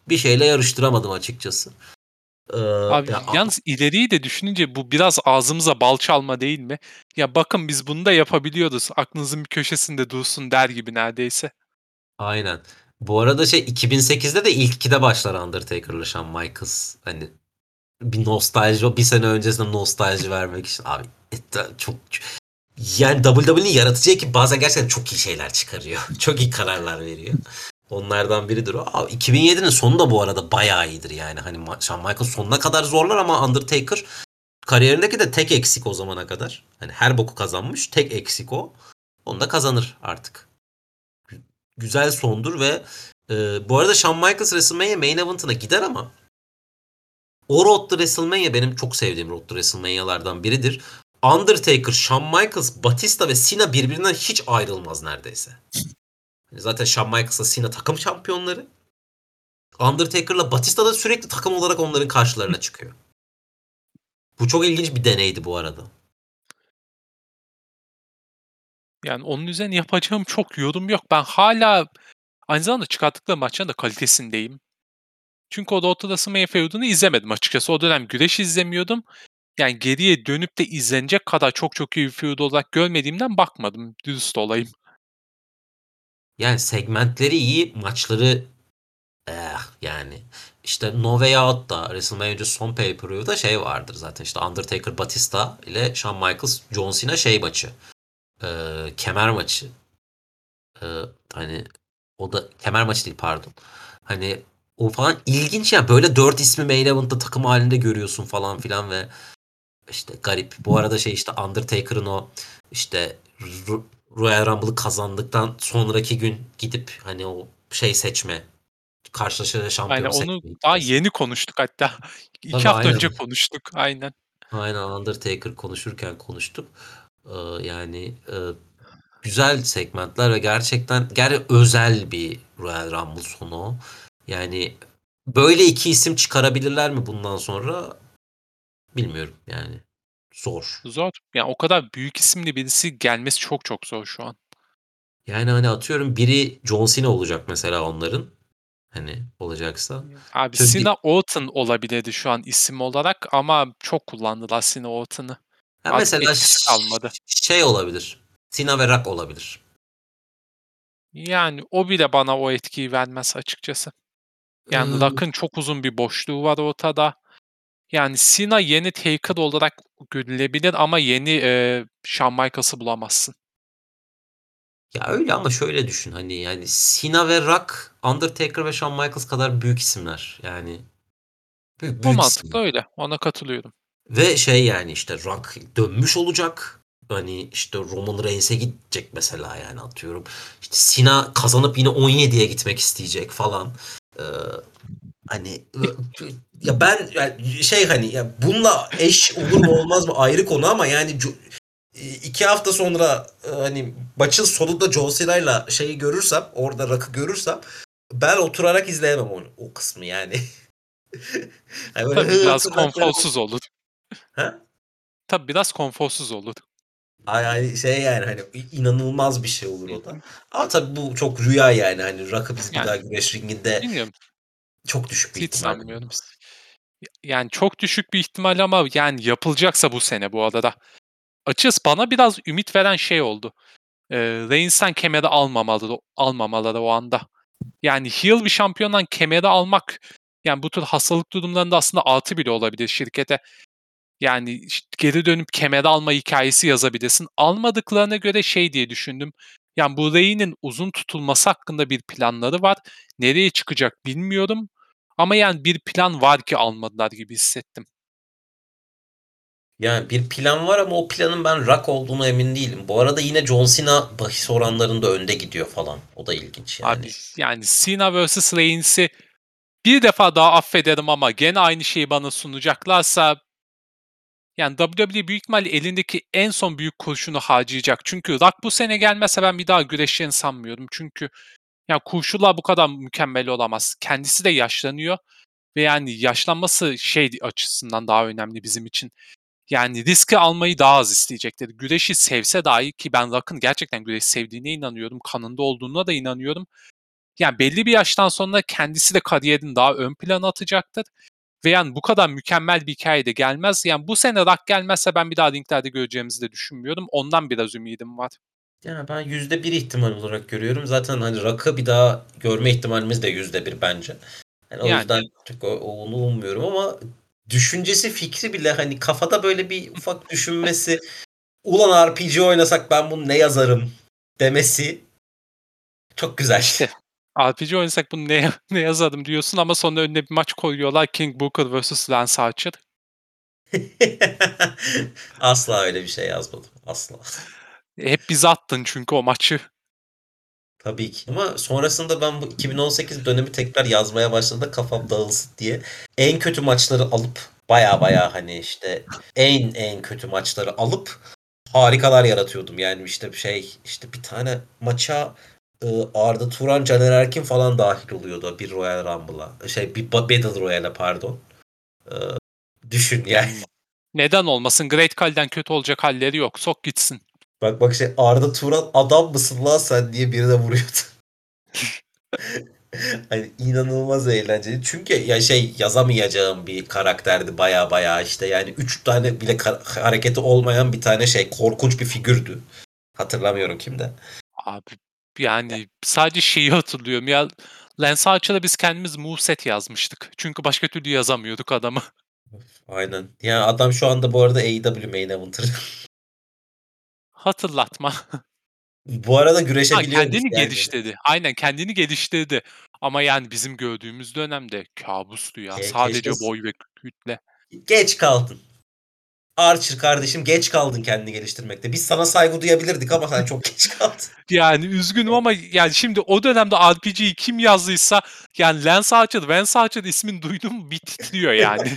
bir şeyle yarıştıramadım açıkçası. Abi Ya, yalnız ileriyi de düşününce bu biraz ağzımıza bal çalma değil mi? Ya bakın biz bunu da yapabiliyoruz. Aklınızın bir köşesinde dursun der gibi neredeyse. aynen. Bu arada 2008'de de ilk 2'de başlar Undertaker'la Shawn Michaels. Hani bir nostalji, bir sene öncesinde nostalji vermek için abi çok yani WWE'nin yaratıcı ekip bazen gerçekten çok iyi şeyler çıkarıyor. Çok iyi kararlar veriyor. Onlardan biridir o. 2007'nin sonu da bu arada bayağı iyidir yani. Hani Shawn Michaels sonuna kadar zorlar ama Undertaker kariyerindeki de tek eksik o zamana kadar. Hani her boku kazanmış. Tek eksik o. Onu da kazanır artık. Güzel sondur ve bu arada Shawn Michaels WrestleMania Main Event'ına gider ama o Road to WrestleMania benim çok sevdiğim Road to WrestleMania'lardan biridir. Undertaker, Shawn Michaels, Batista ve Cena birbirinden hiç ayrılmaz neredeyse. Zaten Shawn Michaels'la Cena takım şampiyonları. Undertaker'la Batista da sürekli takım olarak onların karşılarına çıkıyor. Bu çok ilginç bir deneydi bu arada. Yani onun üzerine yapacağım çok yorum yok. Ben hala aynı zamanda çıkarttıkları maçların da kalitesindeyim. Çünkü o Road to WrestleMania feudunu izlemedim açıkçası. O dönem güreş izlemiyordum. Yani geriye dönüp de izlenecek kadar çok çok iyi bir feud olarak görmediğimden bakmadım. Dürüst olayım. Yani segmentleri iyi, maçları yani işte No Way Out'ta WrestleMania önce son pay-per-view'da vardır zaten işte Undertaker Batista ile Shawn Michaels John Cena maçı. Kemer maçı. Hani o da kemer maçı değil, pardon. Hani o falan ilginç ya. Böyle 4 ismi main event'ta takım halinde görüyorsun falan filan ve işte garip. Bu arada işte Undertaker'ın o işte Royal Rumble'ı kazandıktan sonraki gün gidip hani o seçme, karşılaşacak Aynen şampiyonu onu seçme daha hikâyesi. yeni konuştuk hatta. 2 Tabii, hafta aynen. önce konuştuk. Aynen. Aynen Undertaker konuşurken konuştuk. Yani güzel segmentler ve gerçekten özel bir Royal Rumble sonu. Yani böyle iki isim çıkarabilirler mi bundan sonra bilmiyorum yani. Zor. Zor. Yani o kadar büyük isimli birisi gelmesi çok çok zor şu an. Yani hani atıyorum biri John Cena olacak mesela onların. Hani olacaksa. Abi Tüm Cena Orton olabilirdi şu an isim olarak ama çok kullandılar Cena Orton'ı. ha Artık mesela etkisi kalmadı. olabilir. Cena ve Rock olabilir. Yani o bile bana o etkiyi vermez açıkçası. Yani Ee, Rock'ın çok uzun bir boşluğu var ortada. Yani Cena yeni Taker olarak görülebilir ama yeni Shawn Michaels'ı bulamazsın. Ya öyle ama şöyle düşün hani yani Cena ve Rock, Undertaker ve Shawn Michaels kadar büyük isimler. Yani büyük O büyük mantıkla isimler. öyle. Ona katılıyorum. Ve yani işte Rock dönmüş olacak. Hani işte Roman Reigns'e gidecek mesela yani atıyorum. İşte Cena kazanıp yine 17'ye gitmek isteyecek falan. Ee, hani ya ben yani hani ya bununla eş olur mu olmaz mı ayrı konu ama yani 2 hafta sonra hani maçın sonunda John Cena'yla görürsem orada Rock'ı görürsem ben oturarak izleyemem onu, o kısmı yani. Hani böyle Tabii biraz tırnaklarım. konforsuz olur. Ha? Tabii biraz konforsuz olur. Ay yani hani inanılmaz bir şey olur o da. Ama tabii bu çok rüya yani hani Rock'ı biz bir Yani daha güreş ringinde bilmiyorum. çok düşük bir Hiç ihtimalle sanmıyorum. görürüz. Yani çok düşük bir ihtimal ama yani yapılacaksa bu sene bu arada. Açıkçası bana biraz ümit veren şey oldu. Reigns'ten kemeri almamaları o anda. Yani heel bir şampiyondan kemeri almak yani bu tür hastalık durumlarında aslında artı bile olabilir şirkete. Yani geri dönüp kemeri alma hikayesi yazabilirsin. Almadıklarına göre şey diye düşündüm. Yani bu Reign'in uzun tutulması hakkında bir planları var. Nereye çıkacak bilmiyorum. Ama yani bir plan var ki almadılar gibi hissettim. Yani bir plan var ama o planın ben Rock olduğunu emin değilim. Bu arada yine John Cena bahis oranlarında önde gidiyor falan. O da ilginç yani. Abi yani Cena vs. Reigns'i bir defa daha affederim ama gene aynı şeyi bana sunacaklarsa yani WWE büyük ihtimalle elindeki en son büyük kurşunu harcayacak. Çünkü Rock bu sene gelmezse ben bir daha güreşeceğini sanmıyorum. Çünkü yani kurşunlar bu kadar mükemmel olamaz. Kendisi de yaşlanıyor ve yani yaşlanması şey açısından daha önemli bizim için. Yani riski almayı daha az isteyecektir. Güreşi sevse dahi ki ben Rock'ın gerçekten güreşi sevdiğine inanıyorum. Kanında olduğuna da inanıyorum. Yani belli bir yaştan sonra kendisi de kariyerini daha ön plana atacaktır. Ve yani bu kadar mükemmel bir hikaye de gelmez. Yani bu sene Rock gelmezse ben bir daha ringlerde göreceğimizi de düşünmüyorum. Ondan biraz ümidim var. Yani ben %1 ihtimal olarak görüyorum. Zaten hani Rock'ı bir daha görme ihtimalimiz de %1 bence. Yani o Yani yüzden çok onu ummuyorum ama düşüncesi fikri bile hani kafada böyle bir ufak düşünmesi, ulan RPG oynasak ben bunu ne yazarım demesi çok güzel. işte RPG oynasak bunu ne yazalım diyorsun ama sonra önüne bir maç koyuyorlar. King Booker vs. Lance Archer. Asla öyle bir şey yazmadım. Asla. Hep bize attın çünkü o maçı. Tabii ki. Ama sonrasında ben bu 2018 dönemi tekrar yazmaya başladığımda kafam dağılsın diye en kötü maçları alıp baya baya hani işte en kötü maçları alıp harikalar yaratıyordum. Yani işte işte bir tane maça Arda Turan, Caner Erkin falan dahil oluyordu bir Royal Rumble'a. Bir Battle Royale'e pardon. E, düşün yani. Yani neden olmasın? Great Khali'den kötü olacak halleri yok. Sok gitsin. Bak Arda Turan adam mısın lan sen diye birine vuruyordu. Hani inanılmaz eğlenceli. Çünkü ya yazamayacağım bir karakterdi baya baya işte yani 3 tane bile hareketi olmayan bir tane korkunç bir figürdü. Hatırlamıyorum kimde. Abi yani sadece şeyi hatırlıyorum ya. Lance Archer'a biz kendimiz moveset yazmıştık. Çünkü başka türlü yazamıyorduk adamı. Aynen. Ya adam şu anda bu arada AEW Main Eventer. Hatırlatma. Bu arada Ha, güreşebiliyormuş kendini yani. geliştirdi. Aynen kendini geliştirdi. Ama yani bizim gördüğümüz dönemde kabustu ya. Keşke Sadece boy ve kütle. geç kaldın. Archer kardeşim geç kaldın kendini geliştirmekte. Biz sana saygı duyabilirdik ama sen çok geç kaldın. Yani üzgünüm ama yani şimdi o dönemde RPG'yi kim yazdıysa yani Lance Archer, Vance Archer ismini duydum mu bir titriyor yani.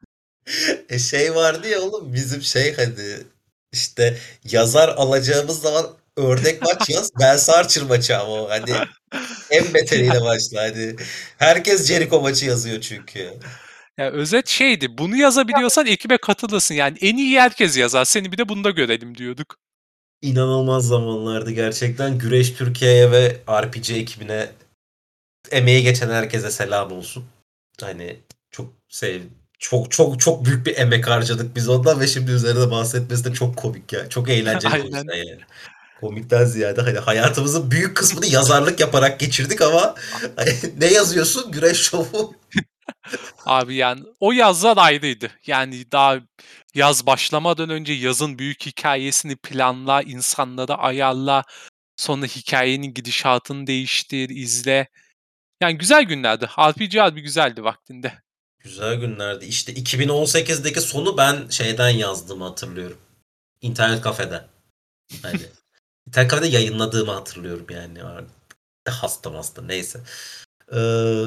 Vardı ya oğlum bizim hadi işte yazar alacağımız zaman örnek maç yaz. Ben Archer maçı ama o hani en beteriyle Ya, başla hadi. Herkes Jericho maçı yazıyor çünkü. ya özet şeydi. Bunu yazabiliyorsan ekibe katılırsın. Yani en iyi herkes yazar. Seni bir de bunda görelim diyorduk. İnanılmaz zamanlardı gerçekten. Güreş Türkiye'ye ve RPG ekibine emeği geçen herkese selam olsun. Hani çok çok büyük bir emek harcadık biz ondan ve şimdi üzerine bahsetmesi de çok komik ya. Çok eğlenceli o Aynen. yüzden yani. Komikten ziyade hani hayatımızın büyük kısmını yazarlık yaparak geçirdik ama hani ne yazıyorsun? Güreş şovu. Abi yani o yazlar ayrıydı. Yani daha yaz başlamadan önce yazın büyük hikayesini planla, insanları ayarla, sonra hikayenin gidişatını değiştir, izle. Yani güzel günlerdi. RPG harbi güzeldi vaktinde. Güzel günlerdi. İşte 2018'deki sonu ben şeyden yazdığımı hatırlıyorum. İnternet kafede. Hani internet kafede yayınladığımı hatırlıyorum yani. Hasta neyse. Ee,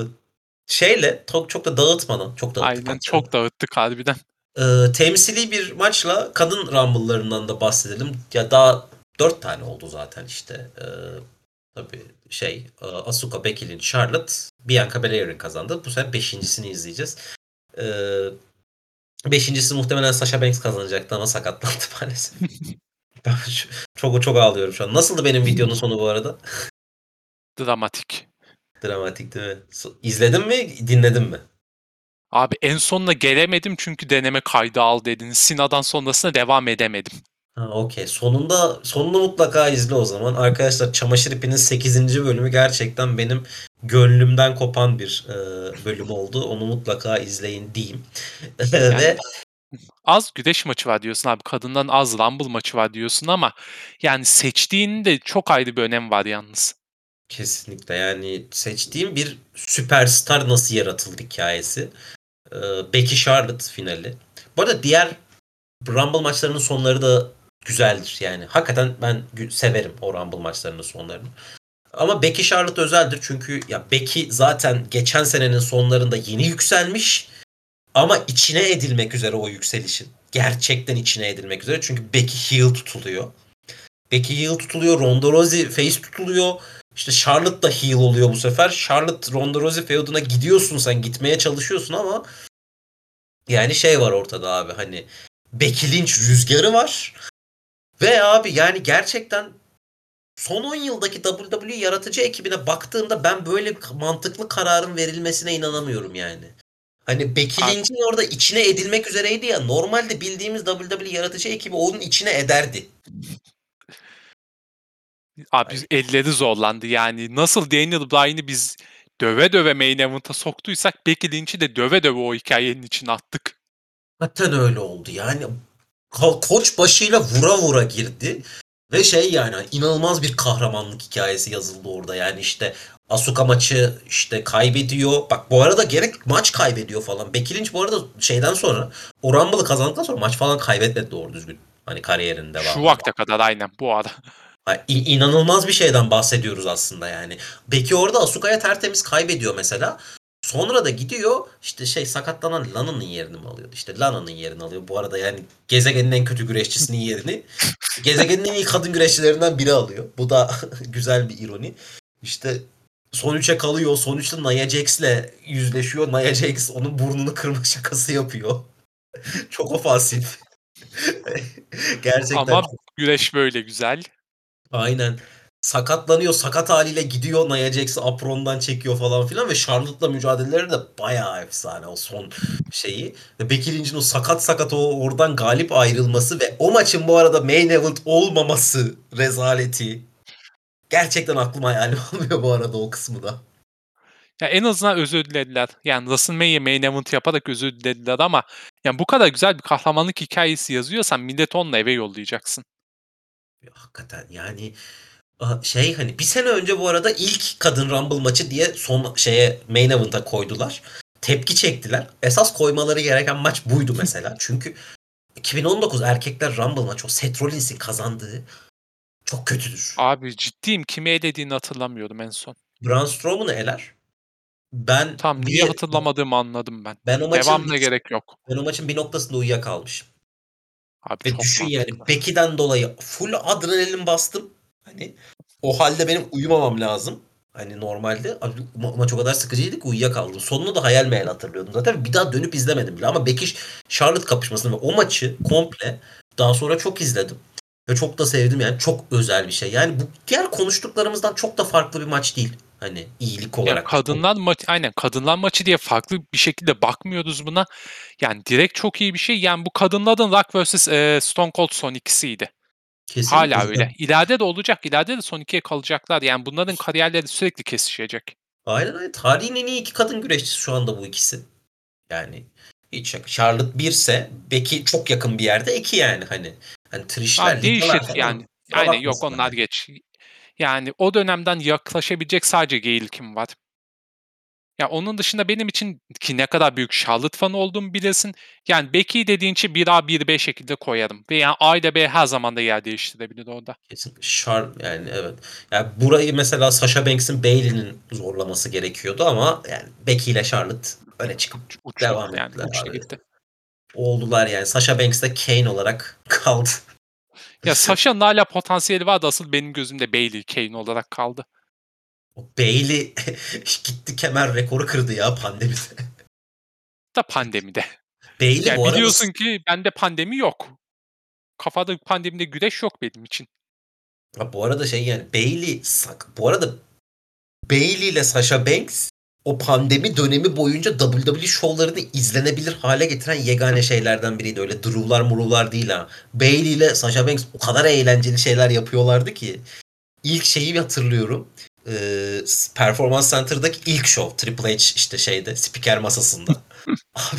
çok da dağıtmadan çok dağıttık Aynen hatta. çok dağıttık harbiden. Temsili bir maçla kadın Rumble'larından da bahsedelim. Ya daha 4 tane oldu zaten işte. Tabii Asuka, Becky Lynch, Charlotte, Bianca Belair'in kazandı. Bu sefer beşincisini izleyeceğiz. Ee, beşincisi muhtemelen Sasha Banks kazanacaktı ama sakatlandı maalesef. Ben çok ağlıyorum şu an. Nasıldı benim videonun sonu bu arada? Dramatik. Dramatik değil mi? İzledin mi, dinledin mi? Abi en sonuna gelemedim çünkü deneme kaydı al dediniz. Sina'dan sonrasına devam edemedim. Ha, okey. Sonunu mutlaka izle o zaman. Arkadaşlar Çamaşır İpi'nin 8. bölümü gerçekten benim gönlümden kopan bir bölüm oldu. Onu mutlaka izleyin diyeyim. Yani Ve az güreş maçı var diyorsun abi. Kadından az Rumble maçı var diyorsun ama yani seçtiğinin de çok ayrı bir önemi var yalnız. kesinlikle yani seçtiğim bir süperstar nasıl yaratıldı hikayesi. Becky Charlotte finali. Bu arada diğer Rumble maçlarının sonları da güzeldir. Yani hakikaten ben severim o Rumble maçlarının sonlarını. Ama Becky Charlotte özeldir çünkü ya Becky zaten geçen senenin sonlarında yeni yükselmiş ama içine edilmek üzere o yükselişin. Gerçekten içine edilmek üzere çünkü Becky heel tutuluyor. Becky heel tutuluyor, Ronda Rousey face tutuluyor. İşte Charlotte da heel oluyor bu sefer. Charlotte Ronda Rousey feuduna gidiyorsun sen gitmeye çalışıyorsun ama yani var ortada abi hani Becky Lynch rüzgarı var. Ve abi yani gerçekten son 10 yıldaki WWE yaratıcı ekibine baktığımda ben böyle bir mantıklı kararın verilmesine inanamıyorum yani. Hani Becky Abi, Lynch'in orada içine edilmek üzereydi ya. Normalde bildiğimiz WWE yaratıcı ekibi onun içine ederdi. abi Hani elleri zorlandı yani. Nasıl Daniel Bryan'ı biz döve döve main event'a soktuysak Becky Lynch'i de döve döve o hikayenin içine attık. hakikaten öyle oldu. Yani koç başıyla vura vura girdi. Ve şey yani hani inanılmaz bir kahramanlık hikayesi yazıldı orada. Yani işte Asuka maçı işte kaybediyor. Bak bu arada gerek maç kaybediyor falan. Becky Lynch bu arada şeyden sonra o Rumble'ı kazandıktan sonra maç falan kaybetmedi doğru düzgün. Hani kariyerin Şu devamında. vakte kadar aynen bu ara. İnanılmaz bir şeyden bahsediyoruz aslında yani. Becky orada Asuka'ya tertemiz kaybediyor mesela. Sonra da gidiyor işte şey sakatlanan Lana'nın yerini mi alıyordu? İşte Lana'nın yerini alıyor. Bu arada yani gezegenin en kötü güreşçisinin yerini gezegenin en iyi kadın güreşçilerinden biri alıyor. Bu da güzel bir ironi. İşte son 3'e kalıyor. Son 3'te Nia Jax'le yüzleşiyor. Nia Jax onun burnunu kırma şakası yapıyor. Çok ofansif. Gerçekten Ama güreş böyle güzel. aynen. Sakatlanıyor. Sakat haliyle gidiyor. Nia Jax'i aprondan çekiyor falan filan ve Charlotte'la mücadeleleri de bayağı efsane o son şeyi. Ve Becky Lynch'in o sakat sakat oradan galip ayrılması ve o maçın bu arada main event olmaması rezaleti. Gerçekten aklım hayalim almıyor bu arada o kısmı da. Ya en azından özür dilediler. Yani WrestleMania main event yaparak özür dilediler ama yani bu kadar güzel bir kahramanlık hikayesi yazıyorsan millet onunla eve yollayacaksın. Ya, hakikaten yani şey hani bir sene önce bu arada ilk kadın Rumble maçı diye son şeye main event'a koydular. Tepki çektiler. Esas koymaları gereken maç buydu mesela. Çünkü 2019 erkekler Rumble maçı o Seth Rollins'in kazandığı çok kötüdür. Abi ciddiyim kime elediğini hatırlamıyorum en son. Braun Strowman'ı eler. Ben Tam niye bir hatırlamadığımı anladım ben. ben o maçın Devamına bir gerek yok. ben o maçın bir noktasında uyuyakalmışım. Abi Ve çok düşün yani mantıklı. Becky'den dolayı full adrenalin bastım. Hani o halde benim uyumamam lazım. Hani normalde abi, maç o kadar sıkıcıydı ki uyuyakaldım. Sonunu da hayal meyal hatırlıyordum zaten. Bir daha dönüp izlemedim bile. Ama Becky Charlotte kapışmasını ve o maçı komple daha sonra çok izledim. Ve çok da sevdim yani. Çok özel bir şey. Yani bu diğer konuştuklarımızdan çok da farklı bir maç değil. Hani iyilik Ya olarak. kadınlar maçı aynen kadınlar maçı diye farklı bir şekilde bakmıyoruz buna. Yani direkt çok iyi bir şey. Yani bu kadınların Rock vs. Stone Cold son ikisiydi. Kesinlikle Hala öyle. zaten. İleride de olacak. İleride de son ikiye kalacaklar. Yani bunların kariyerleri sürekli kesişecek. Aynen öyle. Tarihin en iyi iki kadın güreşçisi şu anda bu ikisi. Yani hiç şaka. Charlotte 1 ise Becky çok yakın bir yerde 2 yani hani. Hani Trish'ler, Abi değişir Lita'lar falan yani. kusura Aynen yok bakmasınlar onlar yani. geç. Yani o dönemden yaklaşabilecek sadece Gail kim var. Ya onun dışında benim için ki ne kadar büyük Charlotte fanı olduğumu bilesin. Yani Becky dediğin için 1A 1B şekilde koyarım. Ve yani A ile B her zaman da yer değiştirebilir orada. Kesin. Yani evet. Yani burayı mesela Sasha Banks'in Bayley'nin zorlaması gerekiyordu ama yani Becky ile Charlotte öne çıkıp Uçtu devam yani ettiler uçtu abi. gitti. Oldular yani. Sasha Banks de Kane olarak kaldı. Ya Sasha'nın hala potansiyeli vardı asıl benim gözümde Bayley Kane olarak kaldı. O Bayley gitti kemer rekoru kırdı ya pandemide. Da pandemide. Bayley Yani bu arada biliyorsun ki bende pandemi yok. Kafada pandemide güreş yok benim için. bu arada şey yani bu arada Bayley ile Sasha Banks o pandemi dönemi boyunca WWE şovlarını izlenebilir hale getiren yegane şeylerden biriydi. Öyle Drew'lar muruvlar değil ha. Bayley ile Sasha Banks o kadar eğlenceli şeyler yapıyorlardı ki. İlk şeyi hatırlıyorum. Performance Center'daki ilk şov. Triple H işte şeyde spiker masasında. Abi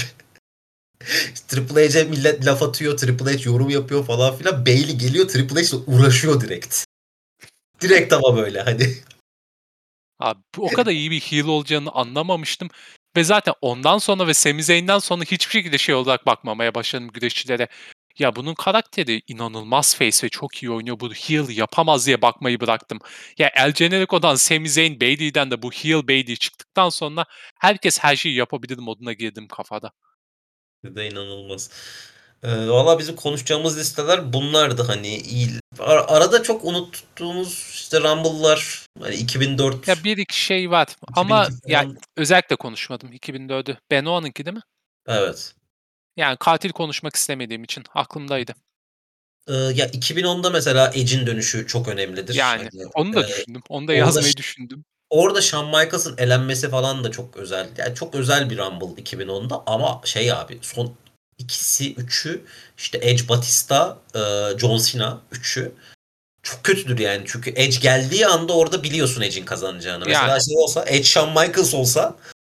Triple H'e millet laf atıyor. Triple H yorum yapıyor falan filan. Bayley geliyor Triple H'le uğraşıyor direkt. Direkt ama böyle hani. Abi o kadar iyi bir heel olacağını anlamamıştım. Ve zaten ondan sonra ve Sami Zayn'den sonra hiçbir şekilde şey olarak bakmamaya başladım güreşçilere. Ya bunun karakteri inanılmaz face ve çok iyi oynuyor. Bu heel yapamaz diye bakmayı bıraktım. Ya El Generico'dan Sami Zayn, Bayley'den de bu heel Bayley çıktıktan sonra herkes her şeyi yapabilir moduna girdim kafada. De inanılmaz. Valla bizim konuşacağımız listeler bunlardı hani iyi. Arada çok unuttuğumuz işte Rumble'lar hani 2004, Ya bir iki şey var ama 2002 ya falan. özellikle konuşmadım 2004'ü. Benoit'ınki değil mi? Evet. Yani katil konuşmak istemediğim için aklımdaydı. Ya 2010'da mesela Edge'in dönüşü çok önemlidir. Yani Hani, onu da eee, düşündüm. Onu da orada yazmayı düşündüm. orada Shawn Michaels'ın elenmesi falan da çok özel. Yani çok özel bir Rumble 2010'da ama şey abi son ikisi üçü işte Edge, Batista, John Cena üçü çok kötüdür yani. Çünkü Edge geldiği anda orada biliyorsun Edge'in kazanacağını. Mesela Yani şey olsa Edge Shawn Michaels olsa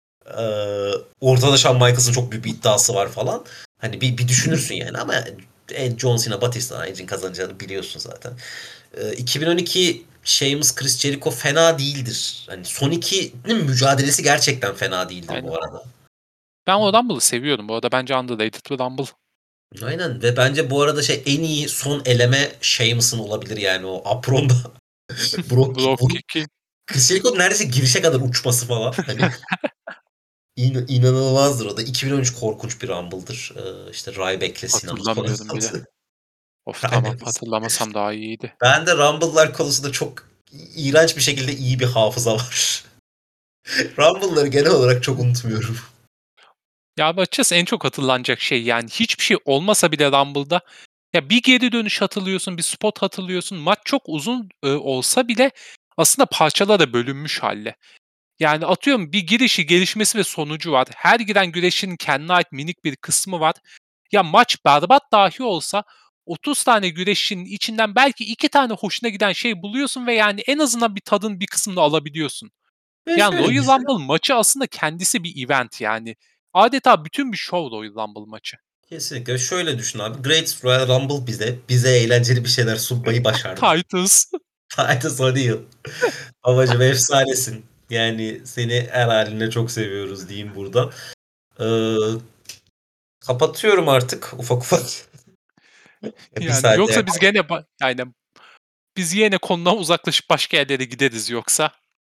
ortada Shawn Michaels'ın çok büyük bir iddiası var falan. Hani bir düşünürsün yani ama Edge, John Cena, Batista Edge'in kazanacağını biliyorsun zaten. 2012 Sheamus Chris Jericho fena değildir. Hani son ikinin mücadelesi gerçekten fena değildir aynen. bu arada. Ben o Rumble'ı seviyorum bu arada. Bence underrated bir Rumble. Aynen ve bence bu arada şey en iyi son eleme Sheamus'ın olabilir yani o apronda Brock, Brock Brock kick'i. Chris Jericho'nun neredeyse girişe kadar uçması falan. Hani inanılmazdır o da. 2013 korkunç bir Rumble'dır. İşte Ryback'le Sina'nın Hatırlamıyorum bile. sonrası. Of tamam. Aynen. Hatırlamasam daha iyiydi. Ben de Rumble'lar konusunda çok iğrenç bir şekilde iyi bir hafıza var. Rumble'ları genel olarak çok unutmuyorum. Ya abi açıkçası en çok hatırlanacak şey yani hiçbir şey olmasa bile Rumble'da ya bir geri dönüş hatırlıyorsun, bir spot hatırlıyorsun. Maç çok uzun olsa bile aslında parçalara bölünmüş hâlde. Yani atıyorum bir girişi, gelişmesi ve sonucu var. Her giren güreşin kendine ait minik bir kısmı var. Ya maç berbat dahi olsa 30 tane güreşin içinden belki 2 tane hoşuna giden şey buluyorsun ve yani en azından bir tadın bir kısmını alabiliyorsun. Ve Yani şöyle Royal düşün. Rumble maçı aslında kendisi bir event yani. Adeta bütün bir şov Royal Rumble maçı. Kesinlikle şöyle düşün abi. Great Royal Rumble bize eğlenceli bir şeyler sunmayı başardı. Titus. Titus O'Neil. Babacım efsanesin. Yani seni her haline çok seviyoruz diyeyim buradan. Ee, kapatıyorum artık ufak ufak. Bir Yani saate yoksa biz yakın. gene yani biz yine konudan uzaklaşıp başka yerlere gideriz yoksa.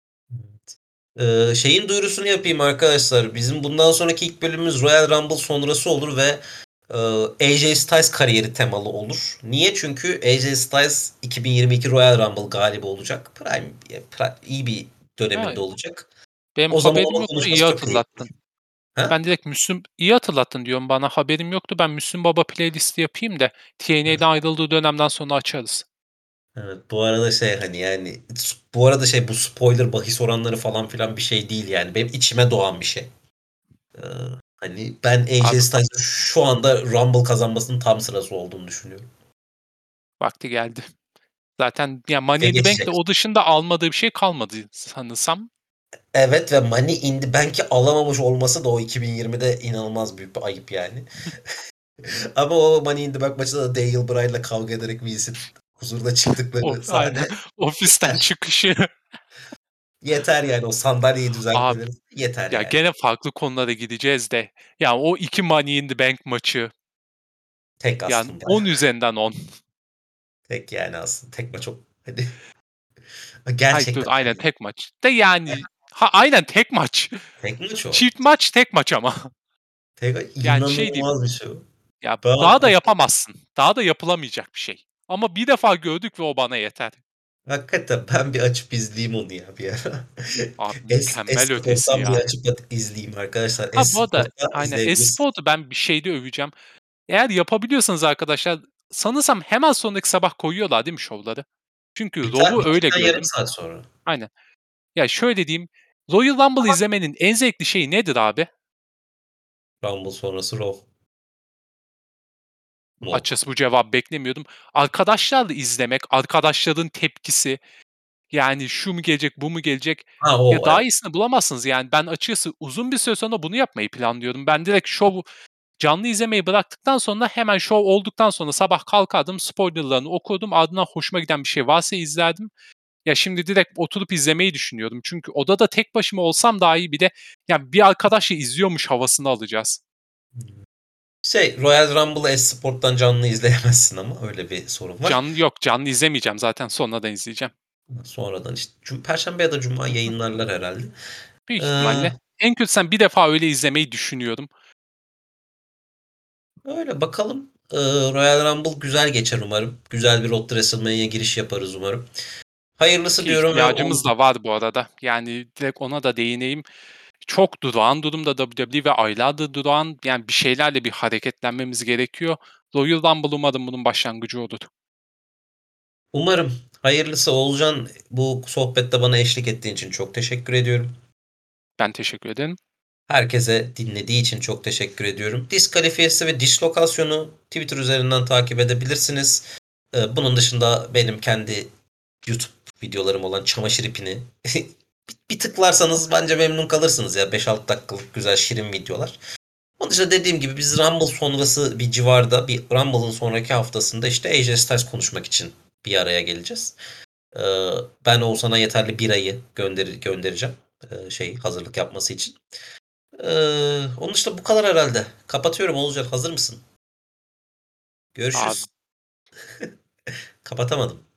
Şeyin duyurusunu yapayım arkadaşlar. Bizim bundan sonraki ilk bölümümüz Royal Rumble sonrası olur ve AJ Styles kariyeri temalı olur. Niye? Çünkü AJ Styles 2022 Royal Rumble galibi olacak. İyi bir Ha, döneminde olacak. benim O zaman haberim onun yoktu, iyi konuşması çok keyifli. hatırlattın. Ha? Ben direkt Müslüm iyi hatırlattın diyorum bana. Haberim yoktu. Ben Müslüm Baba playlisti yapayım da TNA'den ayrıldığı dönemden sonra açarız. Evet, bu arada şey hani yani bu arada şey bu spoiler bahis oranları falan filan bir şey değil yani. Benim içime doğan bir şey. Ee, hani ben AJ Abi Styles'ın şu anda Rumble kazanmasının tam sırası olduğunu düşünüyorum. vakti geldi. Zaten ya Money Ve in the Bank'te geçecek. o dışında almadığı bir şey kalmadı sanırsam. Evet ve Money in the Bank'i alamamış olması da o 2020'de inanılmaz büyük bir ayıp yani. Ama o Money in the Bank maçında da Daniel Bryan'la kavga ederek Vince'in huzuruna çıktıkları Aynen. sahne Ofisten yeter. çıkışı. Yeter yani o sandalyeyi Abi düzeltmeleri yeter ya yani. gene farklı konulara gideceğiz de. Ya o 2 Money in the Bank maçı Tek yani aslında. 10 üzerinden 10. Tek yani aslında. Tek maç o. Hadi. Hayır dur Gerçekten aynen tek maç. De yani aynen tek maç. tek maç o. Çift maç tek maç ama. Tek Yani şey diyeyim inanılmaz bir şey o. ya Ben daha da yapamazsın. Daha da yapılamayacak bir şey. Ama bir defa gördük ve o bana yeter. hakikaten ben bir açıp izleyeyim onu ya bir ara. Abi mükemmel ötesi Esport'tan bir ya. açıp izleyeyim arkadaşlar. Ha bu arada Esport'ta aynen izleyebiliriz. e-spor'u ben bir şeyde öveceğim. Eğer yapabiliyorsanız arkadaşlar sanırsam hemen sonraki sabah koyuyorlar değil mi şovları? Çünkü Raw'u öyle Bittikten yarım gördüm. saat sonra. Aynen. Ya şöyle diyeyim. Royal Rumble izlemenin en zevkli şeyi nedir abi? Rumble sonrası Raw mu? Açıkçası bu cevabı beklemiyordum. Arkadaşlarla izlemek, arkadaşların tepkisi, yani şu mu gelecek, bu mu gelecek? Ha Ya o daha evet. iyisini bulamazsınız yani. Ben açıkçası uzun bir süre sonra bunu yapmayı planlıyorum. Ben direkt şovu canlı izlemeyi bıraktıktan sonra hemen şov olduktan sonra sabah kalkardım, spoilerlarını okurdum, ardından hoşuma giden bir şey varsa izlerdim. Ya şimdi direkt oturup izlemeyi düşünüyorum. Çünkü odada tek başıma olsam dahi bir de yani bir arkadaşla izliyormuş havasını alacağız. Şey Royal Rumble'ı Esport'tan canlı izleyemezsin ama öyle bir sorun var. Canlı yok, canlı izlemeyeceğim zaten sonradan izleyeceğim. Sonradan işte Perşembe ya da Cuma yayınlarlar herhalde. Büyük Ee, ihtimalle. En kötü sen bir defa öyle izlemeyi düşünüyorum. öyle bakalım. Royal Rumble güzel geçer umarım. Güzel bir Road to WrestleMania giriş yaparız umarım. Hayırlısı Ki diyorum ve ihtiyacımız da var bu arada. Yani direkt ona da değineyim. Çok durağan durumda WWE ve aylardır durağan yani bir şeylerle bir hareketlenmemiz gerekiyor. Royal Rumble umarım bunun başlangıcı olur. Umarım hayırlısı. Oğulcan, bu sohbette bana eşlik ettiğin için çok teşekkür ediyorum. Ben teşekkür ederim. Herkese dinlediği için çok teşekkür ediyorum. Diskalifiyesi ve dislokasyonu Twitter üzerinden takip edebilirsiniz. Bunun dışında benim kendi YouTube videolarım olan çamaşır ipini bir tıklarsanız bence memnun kalırsınız ya. 5-6 dakikalık güzel şirin videolar. Onun dışında dediğim gibi biz Rumble sonrası bir civarda, bir Rumble'ın sonraki haftasında işte AJ Styles konuşmak için bir araya geleceğiz. Ben Oğuzhan'a yeterli bir ayı göndereceğim. Hazırlık yapması için. Onun dışında bu kadar herhalde. Kapatıyorum Oğuzcan. Hazır mısın? Abi Görüşürüz. Kapatamadım.